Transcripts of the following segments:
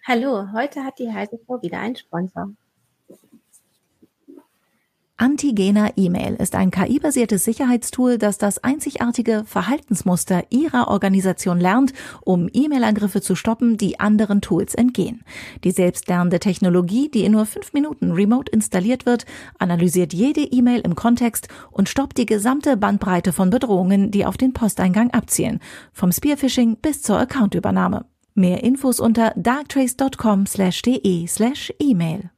Hallo, heute hat die Heise Show wieder einen Sponsor. Antigena E-Mail ist ein KI-basiertes Sicherheitstool, das das einzigartige Verhaltensmuster Ihrer Organisation lernt, um E-Mail-Angriffe zu stoppen, die anderen Tools entgehen. Die selbstlernende Technologie, die in nur 5 Minuten remote installiert wird, analysiert jede E-Mail im Kontext und stoppt die gesamte Bandbreite von Bedrohungen, die auf den Posteingang abzielen, vom Spearphishing bis zur Accountübernahme. Mehr Infos unter darktrace.com/de/email.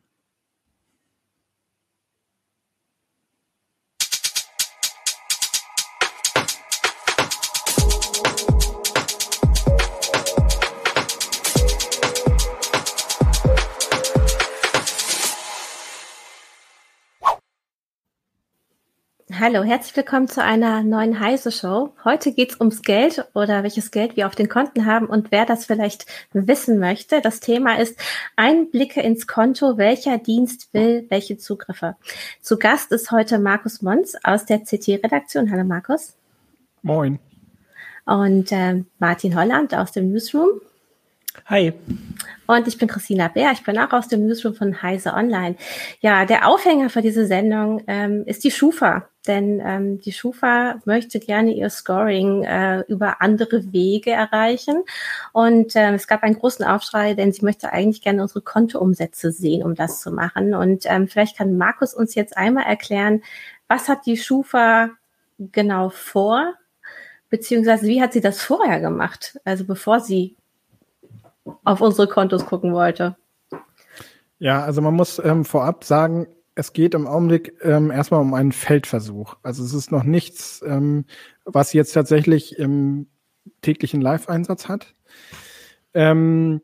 Hallo, herzlich willkommen zu einer neuen Heise Show. Heute geht's ums Geld oder welches Geld wir auf den Konten haben und wer das vielleicht wissen möchte. Das Thema ist Einblicke ins Konto, welcher Dienst will welche Zugriffe. Zu Gast ist heute Markus Mons aus der CT-Redaktion. Hallo Markus. Moin. Und Martin Holland aus dem Newsroom. Hi. Und ich bin Christina Bär, ich bin auch aus dem Newsroom von Heise Online. Ja, der Aufhänger für diese Sendung ist die Schufa, denn die Schufa möchte gerne ihr Scoring über andere Wege erreichen. Und es gab einen großen Aufschrei, denn sie möchte eigentlich gerne unsere Kontoumsätze sehen, um das zu machen. Und vielleicht kann Markus uns jetzt einmal erklären, was hat die Schufa genau vor, beziehungsweise wie hat sie das vorher gemacht, also bevor sie auf unsere Kontos gucken wollte. Ja, also man muss vorab sagen, es geht im Augenblick erstmal um einen Feldversuch. Also es ist noch nichts, was jetzt tatsächlich im täglichen Live-Einsatz hat. Bislang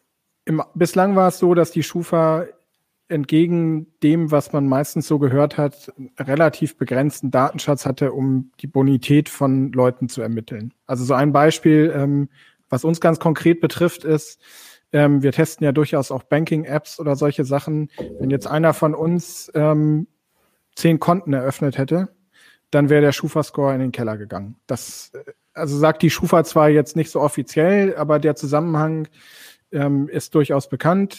war es so, dass die Schufa entgegen dem, was man meistens so gehört hat, relativ begrenzten Datenschatz hatte, um die Bonität von Leuten zu ermitteln. Also so ein Beispiel, was uns ganz konkret betrifft, ist, wir testen ja durchaus auch Banking-Apps oder solche Sachen. Wenn jetzt einer von uns 10 Konten eröffnet hätte, dann wäre der Schufa-Score in den Keller gegangen. Das also sagt die Schufa zwar jetzt nicht so offiziell, aber der Zusammenhang ist durchaus bekannt.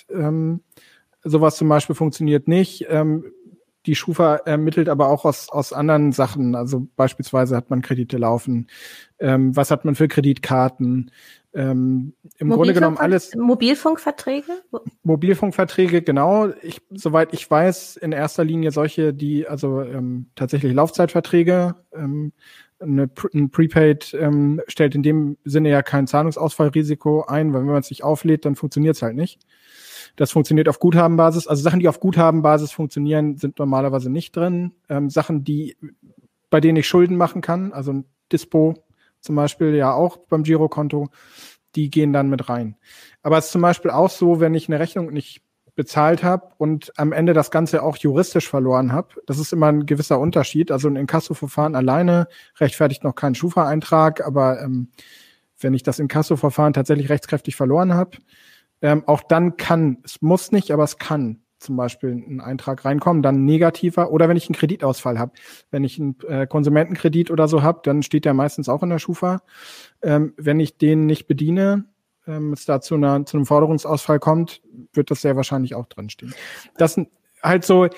Sowas zum Beispiel funktioniert nicht. Die Schufa ermittelt aber auch aus anderen Sachen. Also beispielsweise hat man Kredite laufen. Was hat man für Kreditkarten? Im Grunde genommen alles. Mobilfunkverträge? Mobilfunkverträge, genau. Soweit ich weiß, in erster Linie solche, die also tatsächlich Laufzeitverträge. Ein Prepaid stellt in dem Sinne ja kein Zahlungsausfallrisiko ein, weil wenn man es nicht auflädt, dann funktioniert es halt nicht. Das funktioniert auf Guthabenbasis. Also Sachen, die auf Guthabenbasis funktionieren, sind normalerweise nicht drin. Sachen, bei denen ich Schulden machen kann, also ein Dispo zum Beispiel ja auch beim Girokonto, die gehen dann mit rein. Aber es ist zum Beispiel auch so, wenn ich eine Rechnung nicht bezahlt habe und am Ende das Ganze auch juristisch verloren habe. Das ist immer ein gewisser Unterschied. Also ein Inkassoverfahren alleine rechtfertigt noch keinen Schufa-Eintrag, aber wenn ich das Inkassoverfahren tatsächlich rechtskräftig verloren habe, auch dann kann, es muss nicht, aber es kann zum Beispiel ein Eintrag reinkommen, dann negativer. Oder wenn ich einen Kreditausfall habe. Wenn ich einen Konsumentenkredit oder so habe, dann steht der meistens auch in der Schufa. Wenn ich den nicht bediene, es da zu einem Forderungsausfall kommt, wird das sehr wahrscheinlich auch drinstehen. Das sind halt so,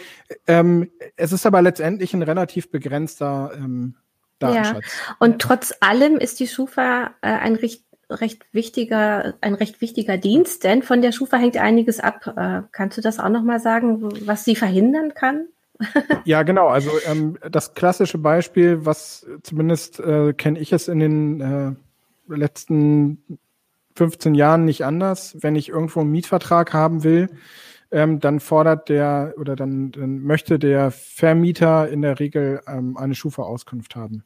es ist aber letztendlich ein relativ begrenzter Datenschatz. Ja, und trotz allem ist die Schufa ein recht wichtiger Dienst, denn von der Schufa hängt einiges ab. Kannst du das auch nochmal sagen, was sie verhindern kann? Ja, genau. Also das klassische Beispiel, was zumindest kenne ich es in den letzten 15 Jahren nicht anders. Wenn ich irgendwo einen Mietvertrag haben will, dann fordert dann möchte der Vermieter in der Regel eine Schufa-Auskunft haben.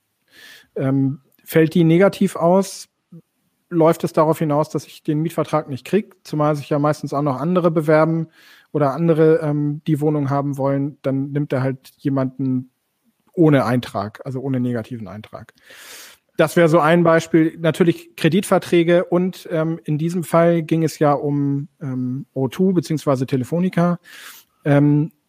Fällt die negativ aus, läuft es darauf hinaus, dass ich den Mietvertrag nicht kriege, zumal sich ja meistens auch noch andere bewerben oder andere die Wohnung haben wollen, dann nimmt er halt jemanden ohne Eintrag, also ohne negativen Eintrag. Das wäre so ein Beispiel. Natürlich Kreditverträge und in diesem Fall ging es ja um O2 beziehungsweise Telefonica.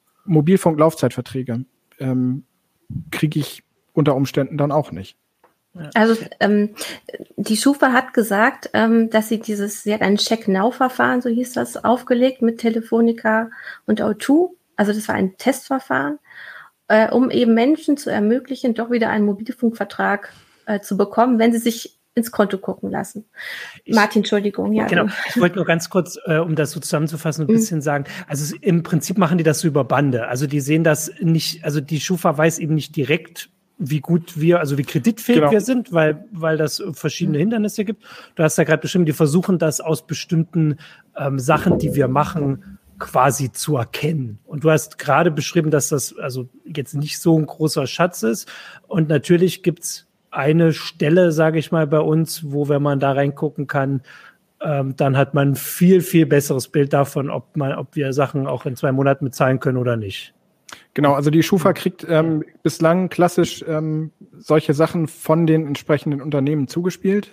Mobilfunk-Laufzeitverträge kriege ich unter Umständen dann auch nicht. Also die Schufa hat gesagt, dass sie hat ein Check-Now-Verfahren, so hieß das, aufgelegt mit Telefonica und O2. Also das war ein Testverfahren, um eben Menschen zu ermöglichen, doch wieder einen Mobilfunkvertrag zu bekommen, wenn sie sich ins Konto gucken lassen. Martin, Entschuldigung. Ja, genau. Ich wollte nur ganz kurz, um das so zusammenzufassen, ein bisschen sagen, also im Prinzip machen die das so über Bande. Also die sehen das nicht, also die Schufa weiß eben nicht direkt, wie gut wir, also wie kreditfähig wir sind, weil das verschiedene Hindernisse gibt. Du hast ja gerade beschrieben, die versuchen das aus bestimmten Sachen, die wir machen, quasi zu erkennen. Und du hast gerade beschrieben, dass das also jetzt nicht so ein großer Schatz ist. Und natürlich gibt's eine Stelle, sage ich mal, bei uns, wo, wenn man da reingucken kann, dann hat man viel, viel besseres Bild davon, ob wir Sachen auch in 2 Monaten bezahlen können oder nicht. Genau, also die Schufa kriegt bislang klassisch solche Sachen von den entsprechenden Unternehmen zugespielt.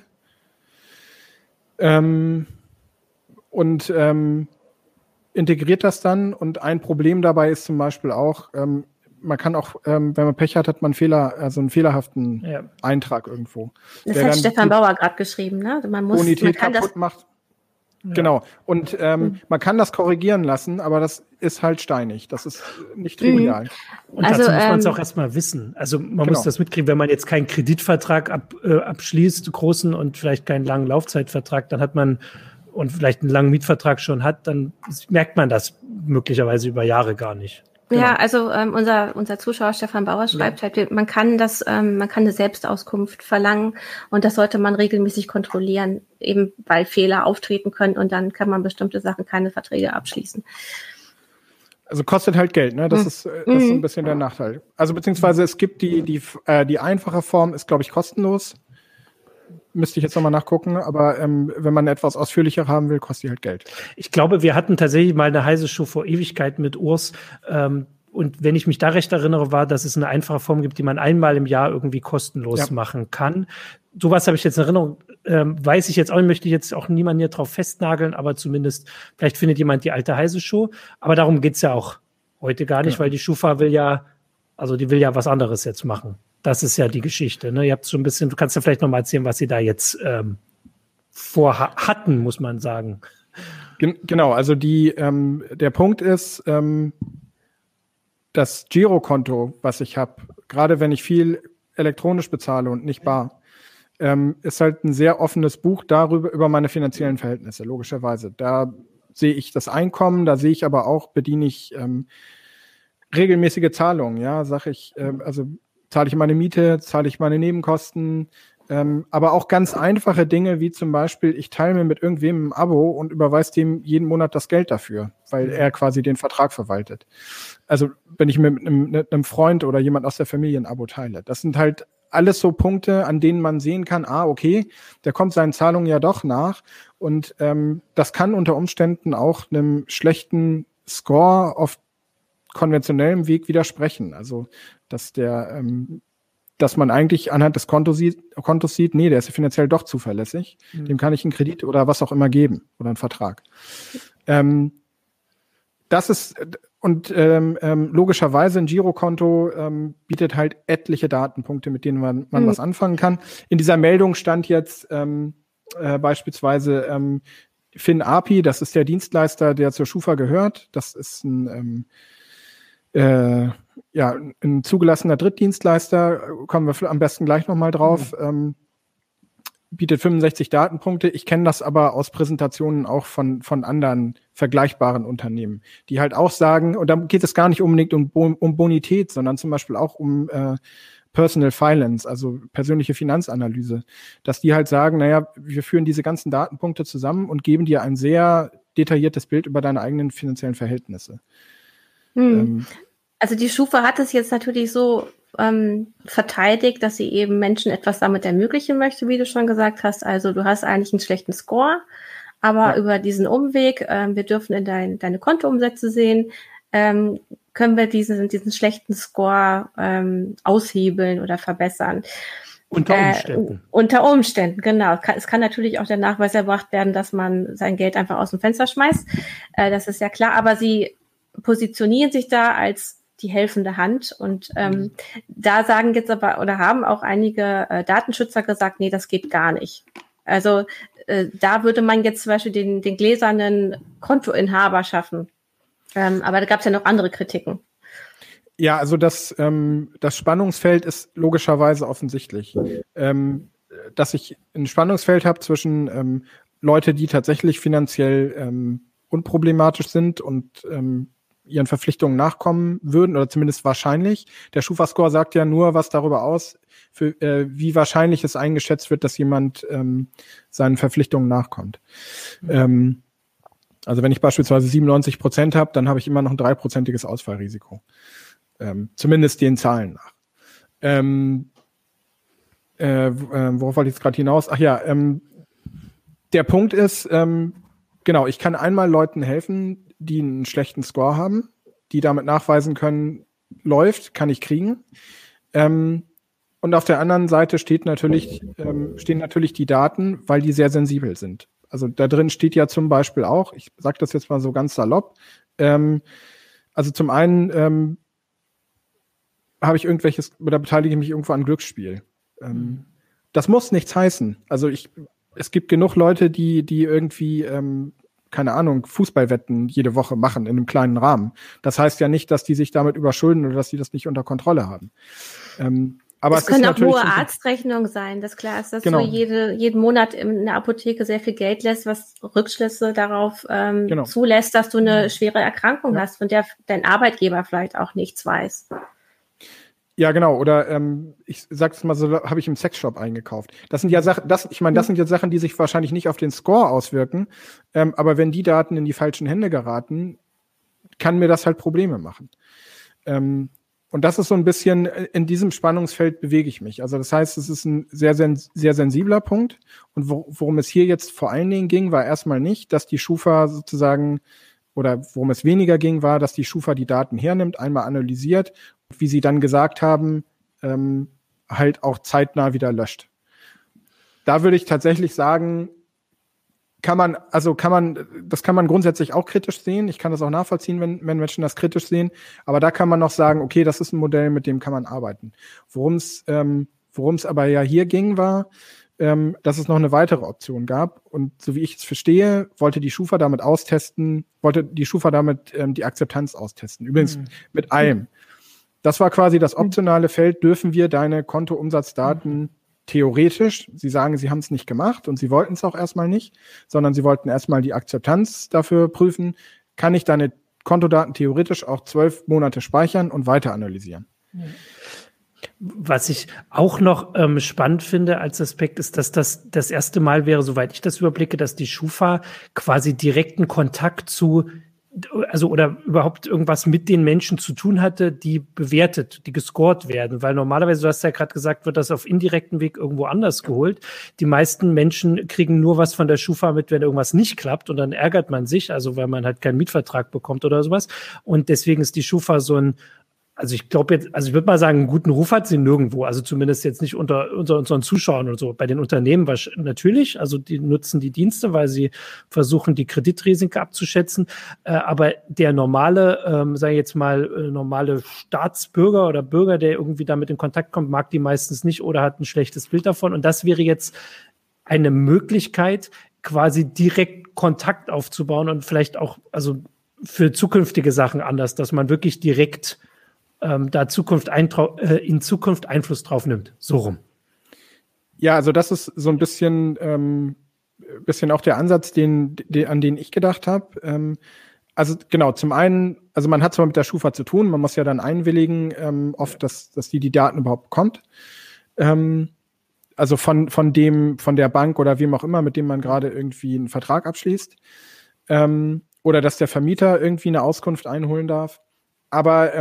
Und integriert das dann. Und ein Problem dabei ist zum Beispiel auch, man kann auch, wenn man Pech hat man Fehler, also einen fehlerhaften Eintrag irgendwo. Das hat Stefan Bauer gerade geschrieben, ne? Bonität kaputt macht. Ja. Genau. Und man kann das korrigieren lassen, aber das ist halt steinig. Das ist nicht trivial. Und dazu muss man es auch erstmal wissen. Also man muss das mitkriegen, wenn man jetzt keinen Kreditvertrag abschließt, großen und vielleicht keinen langen Laufzeitvertrag, dann hat man und vielleicht einen langen Mietvertrag schon hat, dann merkt man das möglicherweise über Jahre gar nicht. Genau. Ja, also unser Zuschauer Stefan Bauer schreibt halt, man kann eine Selbstauskunft verlangen und das sollte man regelmäßig kontrollieren, eben weil Fehler auftreten können und dann kann man bestimmte Sachen, keine Verträge abschließen. Also kostet halt Geld, ne? Das ist so ein bisschen der Nachteil. Also beziehungsweise es gibt die einfache Form ist, glaube ich, kostenlos. Müsste ich jetzt nochmal nachgucken, aber wenn man etwas ausführlicher haben will, kostet die halt Geld. Ich glaube, wir hatten tatsächlich mal eine heiße Show vor Ewigkeiten mit Urs. Und wenn ich mich da recht erinnere, war, dass es eine einfache Form gibt, die man einmal im Jahr irgendwie kostenlos machen kann. Sowas habe ich jetzt in Erinnerung, weiß ich jetzt auch, möchte ich jetzt auch niemanden hier drauf festnageln, aber zumindest, vielleicht findet jemand die alte heiße Show. Aber darum geht's ja auch heute gar nicht, weil die Schufa die will ja was anderes jetzt machen. Das ist ja die Geschichte. Ne? Ihr habt so ein bisschen, du kannst ja vielleicht noch mal erzählen, was sie da jetzt hatten, muss man sagen. Genau, also der Punkt ist, das Girokonto, was ich habe, gerade wenn ich viel elektronisch bezahle und nicht bar, ist halt ein sehr offenes Buch über meine finanziellen Verhältnisse, logischerweise. Da sehe ich das Einkommen, da sehe ich aber auch, bediene ich regelmäßige Zahlungen, ja, sage ich, also zahle ich meine Miete, zahle ich meine Nebenkosten, aber auch ganz einfache Dinge, wie zum Beispiel, ich teile mir mit irgendwem ein Abo und überweise dem jeden Monat das Geld dafür, weil er quasi den Vertrag verwaltet. Also wenn ich mir mit einem Freund oder jemand aus der Familie ein Abo teile. Das sind halt alles so Punkte, an denen man sehen kann, okay, der kommt seinen Zahlungen ja doch nach und das kann unter Umständen auch einem schlechten Score auf konventionellem Weg widersprechen. Also dass man eigentlich anhand des Kontos sieht, nee, der ist ja finanziell doch zuverlässig. Dem kann ich einen Kredit oder was auch immer geben oder einen Vertrag. Das ist logischerweise ein Girokonto bietet halt etliche Datenpunkte, mit denen man was anfangen kann. In dieser Meldung stand jetzt beispielsweise FinAPI, das ist der Dienstleister, der zur Schufa gehört. Das ist ein zugelassener Drittdienstleister, kommen wir am besten gleich nochmal drauf, bietet 65 Datenpunkte. Ich kenne das aber aus Präsentationen auch von anderen vergleichbaren Unternehmen, die halt auch sagen, und da geht es gar nicht unbedingt um Bonität, sondern zum Beispiel auch um Personal Finance, also persönliche Finanzanalyse, dass die halt sagen, wir führen diese ganzen Datenpunkte zusammen und geben dir ein sehr detailliertes Bild über deine eigenen finanziellen Verhältnisse. Also die Schufa hat es jetzt natürlich so verteidigt, dass sie eben Menschen etwas damit ermöglichen möchte, wie du schon gesagt hast. Also du hast eigentlich einen schlechten Score, aber über diesen Umweg, wir dürfen in deine Kontoumsätze sehen, können wir diesen schlechten Score aushebeln oder verbessern. Unter Umständen. Unter Umständen, genau. Es kann natürlich auch der Nachweis erbracht werden, dass man sein Geld einfach aus dem Fenster schmeißt. Das ist ja klar, aber sie positionieren sich da als die helfende Hand. Und da sagen jetzt aber oder haben auch einige Datenschützer gesagt, nee, das geht gar nicht. Also da würde man jetzt zum Beispiel den gläsernen Kontoinhaber schaffen. Aber da gab es ja noch andere Kritiken. Ja, also das Spannungsfeld ist logischerweise offensichtlich. Dass ich ein Spannungsfeld habe zwischen Leute, die tatsächlich finanziell unproblematisch sind und ihren Verpflichtungen nachkommen würden, oder zumindest wahrscheinlich. Der Schufa-Score sagt ja nur was darüber aus, für wie wahrscheinlich es eingeschätzt wird, dass jemand seinen Verpflichtungen nachkommt. Also wenn ich beispielsweise 97% habe, dann habe ich immer noch ein 3%iges Ausfallrisiko. Zumindest den Zahlen nach. Worauf wollte ich jetzt gerade hinaus? Ach ja, der Punkt ist, genau, ich kann einmal Leuten helfen, die einen schlechten Score haben, die damit nachweisen können, läuft, kann ich kriegen. Und auf der anderen Seite stehen natürlich die Daten, weil die sehr sensibel sind. Also da drin steht ja zum Beispiel auch, ich sage das jetzt mal so ganz salopp, also zum einen habe ich irgendwelches oder beteilige mich irgendwo an Glücksspiel. Das muss nichts heißen. Also es gibt genug Leute, die irgendwie, keine Ahnung, Fußballwetten jede Woche machen in einem kleinen Rahmen. Das heißt ja nicht, dass die sich damit überschulden oder dass die das nicht unter Kontrolle haben. Aber es können auch hohe Arztrechnungen sein. Das klar ist, dass du jeden Monat in der Apotheke sehr viel Geld lässt, was Rückschlüsse darauf zulässt, dass du eine schwere Erkrankung hast, von der dein Arbeitgeber vielleicht auch nichts weiß. Ja, genau. Oder ich sag's mal so, habe ich im Sexshop eingekauft. Das sind ja Sachen, das sind ja Sachen, die sich wahrscheinlich nicht auf den Score auswirken. Aber wenn die Daten in die falschen Hände geraten, kann mir das halt Probleme machen. Und das ist so ein bisschen, in diesem Spannungsfeld bewege ich mich. Also das heißt, es ist ein sehr, sehr, sehr sensibler Punkt. Und worum es hier jetzt vor allen Dingen ging, war erstmal nicht, dass die Schufa sozusagen, oder worum es weniger ging, war, dass die Schufa die Daten hernimmt, einmal analysiert, wie sie dann gesagt haben, halt auch zeitnah wieder löscht. Da würde ich tatsächlich sagen, das kann man grundsätzlich auch kritisch sehen. Ich kann das auch nachvollziehen, wenn Menschen das kritisch sehen. Aber da kann man noch sagen, okay, das ist ein Modell, mit dem kann man arbeiten. Worum es aber ja hier ging, war, dass es noch eine weitere Option gab. Und so wie ich es verstehe, wollte die Schufa damit die Akzeptanz austesten. Übrigens mit allem. Das war quasi das optionale Feld. Dürfen wir deine Kontoumsatzdaten theoretisch, Sie sagen, Sie haben es nicht gemacht und Sie wollten es auch erstmal nicht, sondern Sie wollten erstmal die Akzeptanz dafür prüfen. Kann ich deine Kontodaten theoretisch auch 12 Monate speichern und weiter analysieren? Was ich auch noch spannend finde als Aspekt ist, dass das erste Mal wäre, soweit ich das überblicke, dass die Schufa quasi direkten Kontakt oder überhaupt irgendwas mit den Menschen zu tun hatte, die bewertet, die gescored werden. Weil normalerweise, du hast ja gerade gesagt, wird das auf indirekten Weg irgendwo anders geholt. Die meisten Menschen kriegen nur was von der Schufa mit, wenn irgendwas nicht klappt und dann ärgert man sich, also weil man halt keinen Mietvertrag bekommt oder sowas. Und deswegen ist die Schufa so ein, also ich glaube jetzt, also ich würde mal sagen, einen guten Ruf hat sie nirgendwo, also zumindest jetzt nicht unter unseren Zuschauern oder so. Bei den Unternehmen natürlich, also die nutzen die Dienste, weil sie versuchen, die Kreditrisiken abzuschätzen. Aber der normale, sage ich jetzt mal, normale Staatsbürger oder Bürger, der irgendwie damit in Kontakt kommt, mag die meistens nicht oder hat ein schlechtes Bild davon. Und das wäre jetzt eine Möglichkeit, quasi direkt Kontakt aufzubauen und vielleicht auch, also für zukünftige Sachen anders, dass man wirklich direkt in Zukunft Einfluss drauf nimmt. So rum. Ja, also das ist so ein bisschen auch der Ansatz, an den ich gedacht habe. Also genau, zum einen, also man hat zwar mit der Schufa zu tun, man muss ja dann einwilligen, oft, dass die Daten überhaupt bekommt. Also von der Bank oder wem auch immer, mit dem man gerade irgendwie einen Vertrag abschließt. Oder dass der Vermieter irgendwie eine Auskunft einholen darf. Aber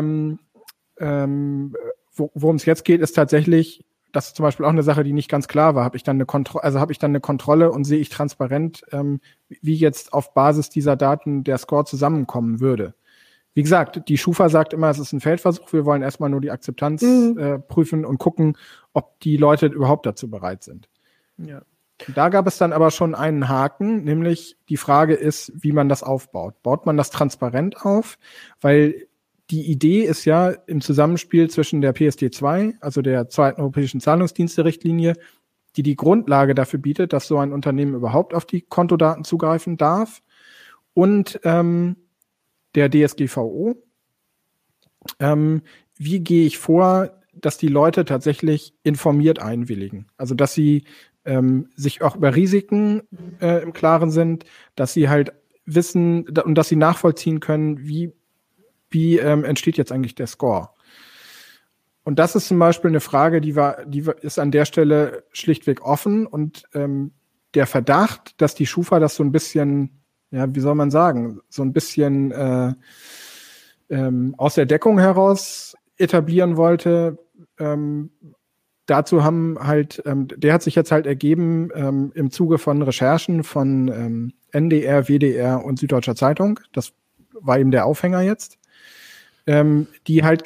worum es jetzt geht, ist tatsächlich, das ist zum Beispiel auch eine Sache, die nicht ganz klar war. Habe ich dann eine Kontrolle und sehe ich transparent, wie jetzt auf Basis dieser Daten der Score zusammenkommen würde. Wie gesagt, die Schufa sagt immer, es ist ein Feldversuch. Wir wollen erstmal nur die Akzeptanz prüfen und gucken, ob die Leute überhaupt dazu bereit sind. Ja. Da gab es dann aber schon einen Haken, nämlich die Frage ist, wie man das aufbaut. Baut man das transparent auf? Weil die Idee ist ja im Zusammenspiel zwischen der PSD2, also der zweiten europäischen Zahlungsdienste-Richtlinie, die Grundlage dafür bietet, dass so ein Unternehmen überhaupt auf die Kontodaten zugreifen darf, und der DSGVO. Wie gehe ich vor, dass die Leute tatsächlich informiert einwilligen? Also dass sie sich auch über Risiken im Klaren sind, dass sie halt wissen und dass sie nachvollziehen können, wie entsteht jetzt eigentlich der Score. Und das ist zum Beispiel eine Frage, die ist an der Stelle schlichtweg offen, und der Verdacht, dass die Schufa das so ein bisschen, ja, wie soll man sagen, so ein bisschen aus der Deckung heraus etablieren wollte, dazu der hat sich jetzt halt ergeben im Zuge von Recherchen von NDR, WDR und Süddeutscher Zeitung. Das war eben der Aufhänger jetzt. Die halt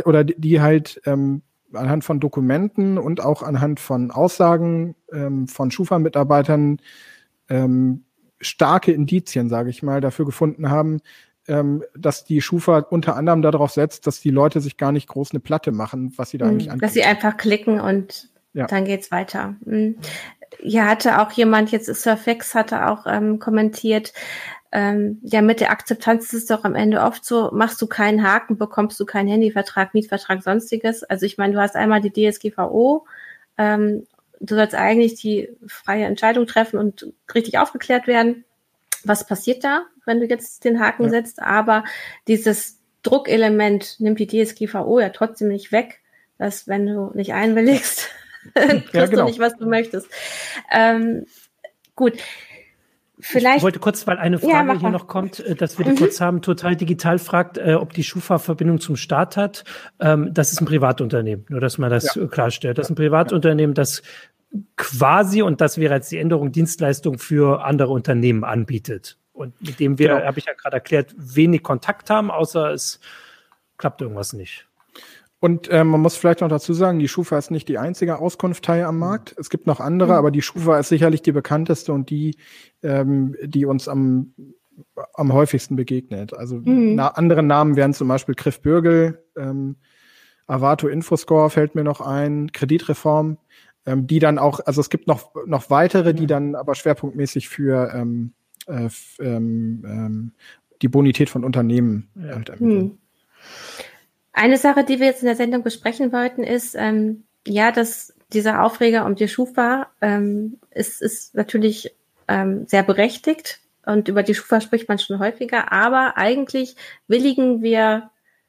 anhand von Dokumenten und auch anhand von Aussagen von Schufa-Mitarbeitern starke Indizien, sage ich mal, dafür gefunden haben, dass die Schufa unter anderem darauf setzt, dass die Leute sich gar nicht groß eine Platte machen, was sie da eigentlich anklicken. Dass sie einfach klicken und dann geht's weiter. Ja, hatte auch jemand, jetzt ist Surfex, hatte auch kommentiert, mit der Akzeptanz ist es doch am Ende oft so, machst du keinen Haken, bekommst du keinen Handyvertrag, Mietvertrag, sonstiges. Also ich meine, du hast einmal die DSGVO, du sollst eigentlich die freie Entscheidung treffen und richtig aufgeklärt werden. Was passiert da, wenn du jetzt den Haken setzt? Aber dieses Druckelement nimmt die DSGVO ja trotzdem nicht weg, dass wenn du nicht einwilligst, kriegst du nicht, was du möchtest. Gut. Vielleicht. Ich wollte kurz, weil eine Frage hier noch kommt, dass wir die kurz haben. Total Digital fragt, ob die Schufa Verbindung zum Staat hat. Das ist ein Privatunternehmen, nur dass man das klarstellt. Das ist ein Privatunternehmen, das quasi, und das wäre jetzt die Änderung, Dienstleistung für andere Unternehmen anbietet. Und mit dem wir, habe ich ja gerade erklärt, wenig Kontakt haben, außer es klappt irgendwas nicht. Und man muss vielleicht noch dazu sagen, die Schufa ist nicht die einzige Auskunftei am Markt. Es gibt noch andere, aber die Schufa ist sicherlich die bekannteste und die uns am häufigsten begegnet. Also andere Namen wären zum Beispiel Griff Bürgel, Avato Infoscore fällt mir noch ein, Kreditreform, die dann auch, also es gibt noch weitere, die dann aber schwerpunktmäßig für die Bonität von Unternehmen halt ermitteln. Eine Sache, die wir jetzt in der Sendung besprechen wollten, ist, dass dieser Aufreger um die Schufa ist natürlich sehr berechtigt, und über die Schufa spricht man schon häufiger, aber eigentlich willigen wir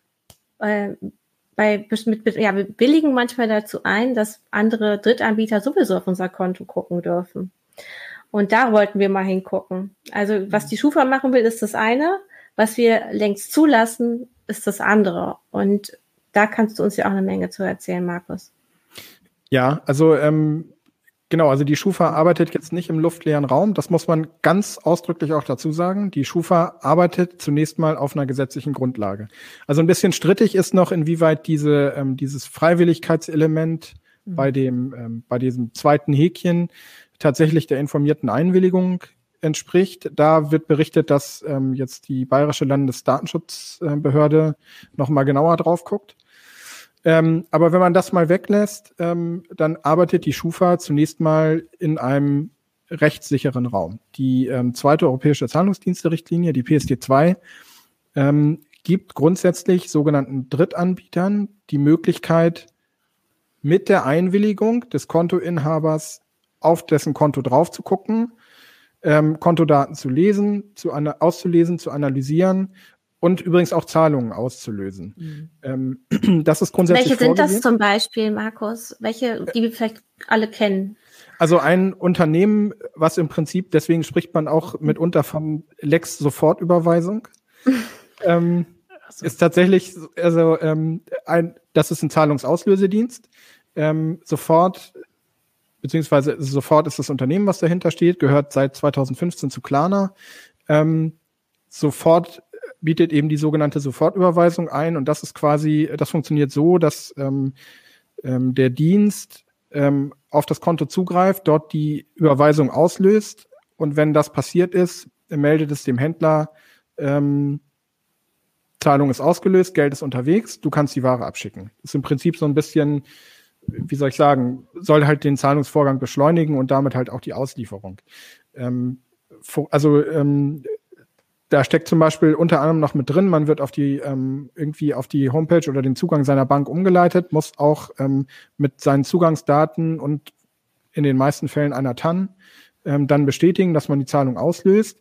wir willigen manchmal dazu ein, dass andere Drittanbieter sowieso auf unser Konto gucken dürfen. Und da wollten wir mal hingucken. Also was die Schufa machen will, ist das eine, was wir längst zulassen, ist das andere. Und da kannst du uns ja auch eine Menge zu erzählen, Markus. Ja, also also die Schufa arbeitet jetzt nicht im luftleeren Raum. Das muss man ganz ausdrücklich auch dazu sagen. Die Schufa arbeitet zunächst mal auf einer gesetzlichen Grundlage. Also ein bisschen strittig ist noch, inwieweit dieses Freiwilligkeitselement bei diesem zweiten Häkchen tatsächlich der informierten Einwilligung entspricht. Da wird berichtet, dass jetzt die Bayerische Landesdatenschutzbehörde noch mal genauer drauf guckt. Aber wenn man das mal weglässt, dann arbeitet die Schufa zunächst mal in einem rechtssicheren Raum. Die zweite europäische Zahlungsdienste-Richtlinie, die PSD2, gibt grundsätzlich sogenannten Drittanbietern die Möglichkeit, mit der Einwilligung des Kontoinhabers auf dessen Konto drauf zu gucken, Kontodaten zu lesen, auszulesen, zu analysieren und übrigens auch Zahlungen auszulösen. Das ist grundsätzlich Welche sind das zum Beispiel, Markus? Welche, die wir vielleicht alle kennen? Also ein Unternehmen, was im Prinzip, deswegen spricht man auch mitunter von Lex Sofortüberweisung, ist tatsächlich, das ist ein Zahlungsauslösedienst. Sofort ist das Unternehmen, was dahinter steht, gehört seit 2015 zu Klarna. Sofort bietet eben die sogenannte Sofortüberweisung ein, und das ist quasi, das funktioniert so, dass der Dienst auf das Konto zugreift, dort die Überweisung auslöst, und wenn das passiert ist, meldet es dem Händler Zahlung ist ausgelöst, Geld ist unterwegs, du kannst die Ware abschicken. Das ist im Prinzip so ein bisschen, wie soll ich sagen, soll halt den Zahlungsvorgang beschleunigen und damit halt auch die Auslieferung. Da steckt zum Beispiel unter anderem noch mit drin, man wird irgendwie auf die Homepage oder den Zugang seiner Bank umgeleitet, muss auch mit seinen Zugangsdaten und in den meisten Fällen einer TAN dann bestätigen, dass man die Zahlung auslöst.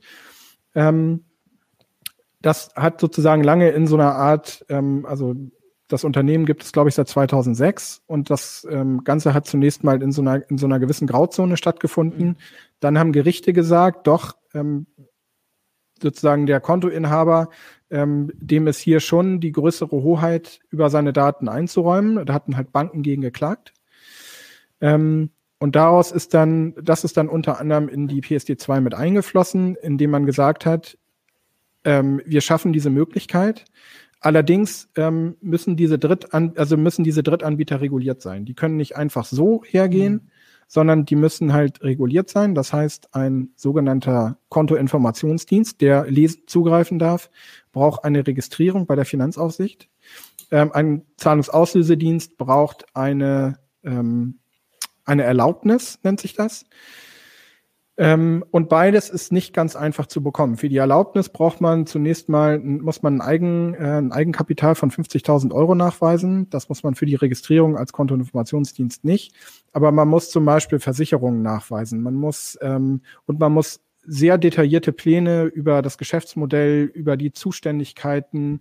Das hat sozusagen lange in so einer Art, also das Unternehmen gibt es, glaube ich, seit 2006 und das Ganze hat zunächst mal in so einer gewissen Grauzone stattgefunden. Dann haben Gerichte gesagt, doch, sozusagen der Kontoinhaber, dem ist hier schon die größere Hoheit über seine Daten einzuräumen. Da hatten halt Banken gegen geklagt. Und das ist dann unter anderem in die PSD2 mit eingeflossen, indem man gesagt hat, wir schaffen diese Möglichkeit. Allerdings müssen diese Drittanbieter reguliert sein. Die können nicht einfach so hergehen, sondern die müssen halt reguliert sein. Das heißt, ein sogenannter Kontoinformationsdienst, der zugreifen darf, braucht eine Registrierung bei der Finanzaufsicht. Ein Zahlungsauslösedienst braucht eine Erlaubnis, nennt sich das. Und beides ist nicht ganz einfach zu bekommen. Für die Erlaubnis muss man ein Eigenkapital von 50.000 € nachweisen. Das muss man für die Registrierung als Kontoinformationsdienst nicht. Aber man muss zum Beispiel Versicherungen nachweisen. Man muss sehr detaillierte Pläne über das Geschäftsmodell, über die Zuständigkeiten,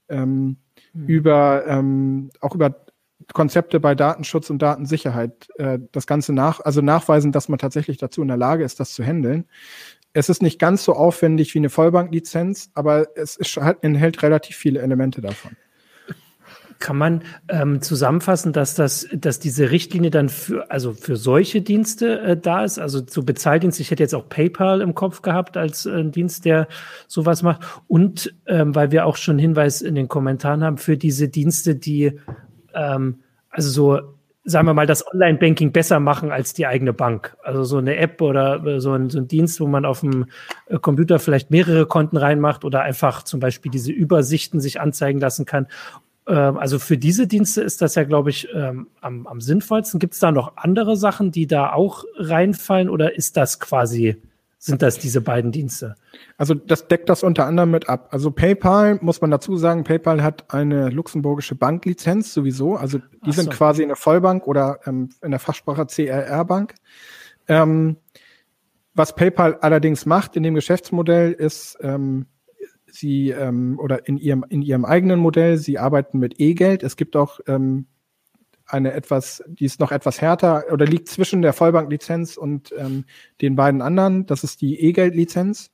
über Konzepte bei Datenschutz und Datensicherheit, das Ganze nachweisen, dass man tatsächlich dazu in der Lage ist, das zu handeln. Es ist nicht ganz so aufwendig wie eine Vollbanklizenz, aber enthält relativ viele Elemente davon. Kann man zusammenfassen, dass diese Richtlinie dann für solche Dienste da ist? Also so Bezahldienste, ich hätte jetzt auch PayPal im Kopf gehabt als Dienst, der sowas macht. Und weil wir auch schon Hinweis in den Kommentaren haben, für diese Dienste, die sagen wir mal, das Online-Banking besser machen als die eigene Bank. Also so eine App oder so ein Dienst, wo man auf dem Computer vielleicht mehrere Konten reinmacht oder einfach zum Beispiel diese Übersichten sich anzeigen lassen kann. Also für diese Dienste ist das ja, glaube ich, am sinnvollsten. Gibt es da noch andere Sachen, die da auch reinfallen oder sind das diese beiden Dienste? Also das deckt das unter anderem mit ab. Also PayPal, muss man dazu sagen, PayPal hat eine luxemburgische Banklizenz sowieso. Also die sind quasi eine Vollbank oder in der Fachsprache CRR-Bank. Was PayPal allerdings macht in dem Geschäftsmodell ist, sie oder in ihrem eigenen Modell, sie arbeiten mit E-Geld. Es gibt auch die ist noch etwas härter oder liegt zwischen der Vollbanklizenz und den beiden anderen. Das ist die E-Geld-Lizenz.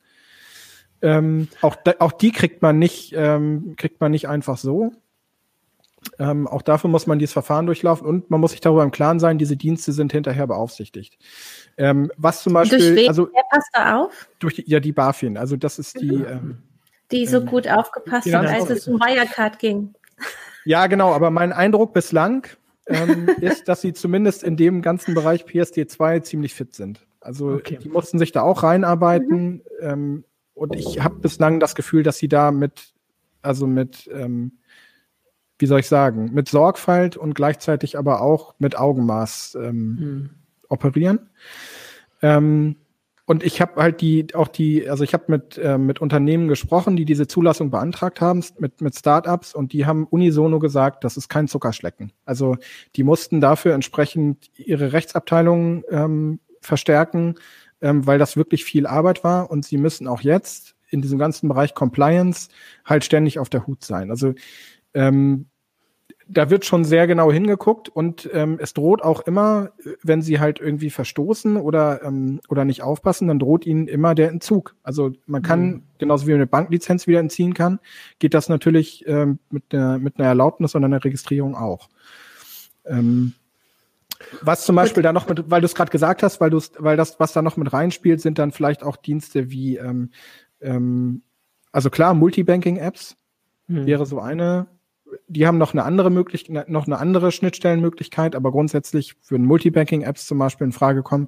Auch die kriegt man nicht einfach so. Auch dafür muss man dieses Verfahren durchlaufen und man muss sich darüber im Klaren sein, diese Dienste sind hinterher beaufsichtigt. Was zum Beispiel, durch wen? Wer passt da auf? Die BaFin. Also das ist die so gut aufgepasst hat, als es um Wirecard ging. Ja, genau. Aber mein Eindruck bislang ist, dass sie zumindest in dem ganzen Bereich PSD2 ziemlich fit sind. Also die mussten sich da auch reinarbeiten. Und ich habe bislang das Gefühl, dass sie da mit Sorgfalt und gleichzeitig aber auch mit Augenmaß operieren. Und ich habe halt ich habe mit Unternehmen gesprochen, die diese Zulassung beantragt haben, mit Startups, und die haben unisono gesagt, das ist kein Zuckerschlecken. Also die mussten dafür entsprechend ihre Rechtsabteilungen verstärken, weil das wirklich viel Arbeit war, und sie müssen auch jetzt in diesem ganzen Bereich Compliance halt ständig auf der Hut sein. Also da wird schon sehr genau hingeguckt, und es droht auch immer, wenn sie halt irgendwie verstoßen oder nicht aufpassen, dann droht ihnen immer der Entzug. Also man kann, genauso wie man eine Banklizenz wieder entziehen kann, geht das natürlich mit einer Erlaubnis und einer Registrierung auch. Was zum Beispiel da noch weil du es gerade gesagt hast, weil das, was da noch mit reinspielt, sind dann vielleicht auch Dienste wie, also klar, Multibanking-Apps wäre so eine. Die haben noch eine andere Schnittstellenmöglichkeit, aber grundsätzlich würden Multibanking-Apps zum Beispiel in Frage kommen.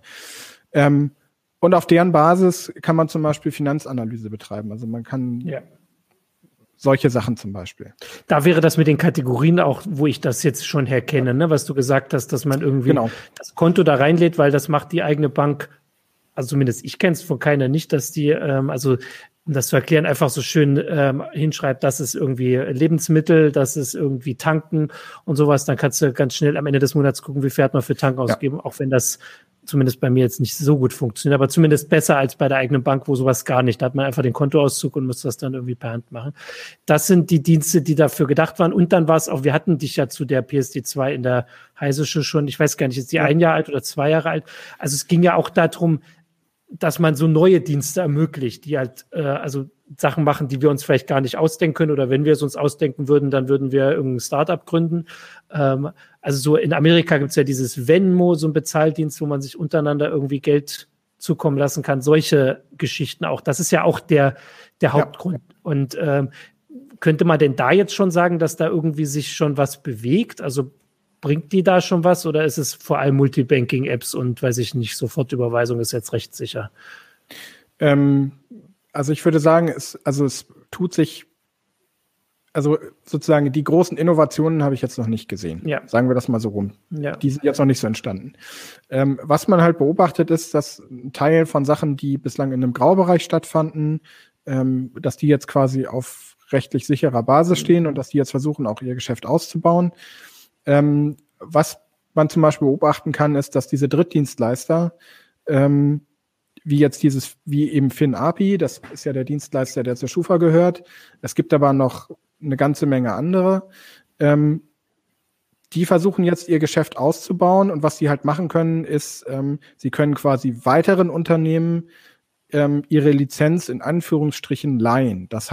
Und auf deren Basis kann man zum Beispiel Finanzanalyse betreiben. Also man kann solche Sachen zum Beispiel. Da wäre das mit den Kategorien auch, wo ich das jetzt schon herkenne, ne? Was du gesagt hast, dass man irgendwie das Konto da reinlädt, weil das macht die eigene Bank, also zumindest ich kenne es von keiner nicht, dass die, also um das zu erklären, einfach so schön hinschreibt, das ist irgendwie Lebensmittel, das ist irgendwie Tanken und sowas. Dann kannst du ganz schnell am Ende des Monats gucken, wie viel hat man für Tanken ausgegeben, auch wenn das zumindest bei mir jetzt nicht so gut funktioniert, aber zumindest besser als bei der eigenen Bank, wo sowas gar nicht. Da hat man einfach den Kontoauszug und muss das dann irgendwie per Hand machen. Das sind die Dienste, die dafür gedacht waren. Und dann war es auch, wir hatten dich ja zu der PSD2 in der Heise schon, ich weiß gar nicht, ist die 1 Jahr alt oder 2 Jahre alt? Also es ging ja auch darum, dass man so neue Dienste ermöglicht, die halt also Sachen machen, die wir uns vielleicht gar nicht ausdenken können, oder wenn wir es uns ausdenken würden, dann würden wir irgendein Startup gründen. Also so in Amerika gibt es ja dieses Venmo, so ein Bezahldienst, wo man sich untereinander irgendwie Geld zukommen lassen kann. Solche Geschichten auch. Das ist ja auch der Hauptgrund. Und könnte man denn da jetzt schon sagen, dass da irgendwie sich schon was bewegt? Also bringt die da schon was, oder ist es vor allem Multibanking-Apps und, weiß ich nicht, Sofortüberweisung ist jetzt recht sicher? Also ich würde sagen, es tut sich, also sozusagen die großen Innovationen habe ich jetzt noch nicht gesehen. Ja. Sagen wir das mal so rum. Ja. Die sind jetzt noch nicht so entstanden. Was man halt beobachtet ist, dass ein Teil von Sachen, die bislang in einem Graubereich stattfanden, dass die jetzt quasi auf rechtlich sicherer Basis stehen und dass die jetzt versuchen, auch ihr Geschäft auszubauen. Was man zum Beispiel beobachten kann, ist, dass diese Drittdienstleister, wie eben FinAPI, das ist ja der Dienstleister, der zur Schufa gehört. Es gibt aber noch eine ganze Menge andere. Die versuchen jetzt ihr Geschäft auszubauen, und was sie halt machen können, ist, sie können quasi weiteren Unternehmen ihre Lizenz in Anführungsstrichen leihen.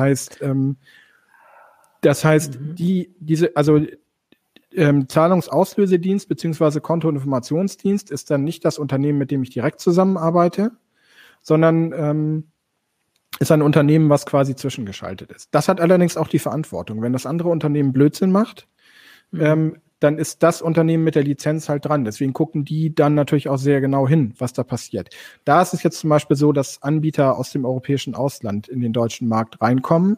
Das heißt, Zahlungsauslösedienst bzw. Kontoinformationsdienst ist dann nicht das Unternehmen, mit dem ich direkt zusammenarbeite, sondern ist ein Unternehmen, was quasi zwischengeschaltet ist. Das hat allerdings auch die Verantwortung. Wenn das andere Unternehmen Blödsinn macht, dann ist das Unternehmen mit der Lizenz halt dran. Deswegen gucken die dann natürlich auch sehr genau hin, was da passiert. Da ist es jetzt zum Beispiel so, dass Anbieter aus dem europäischen Ausland in den deutschen Markt reinkommen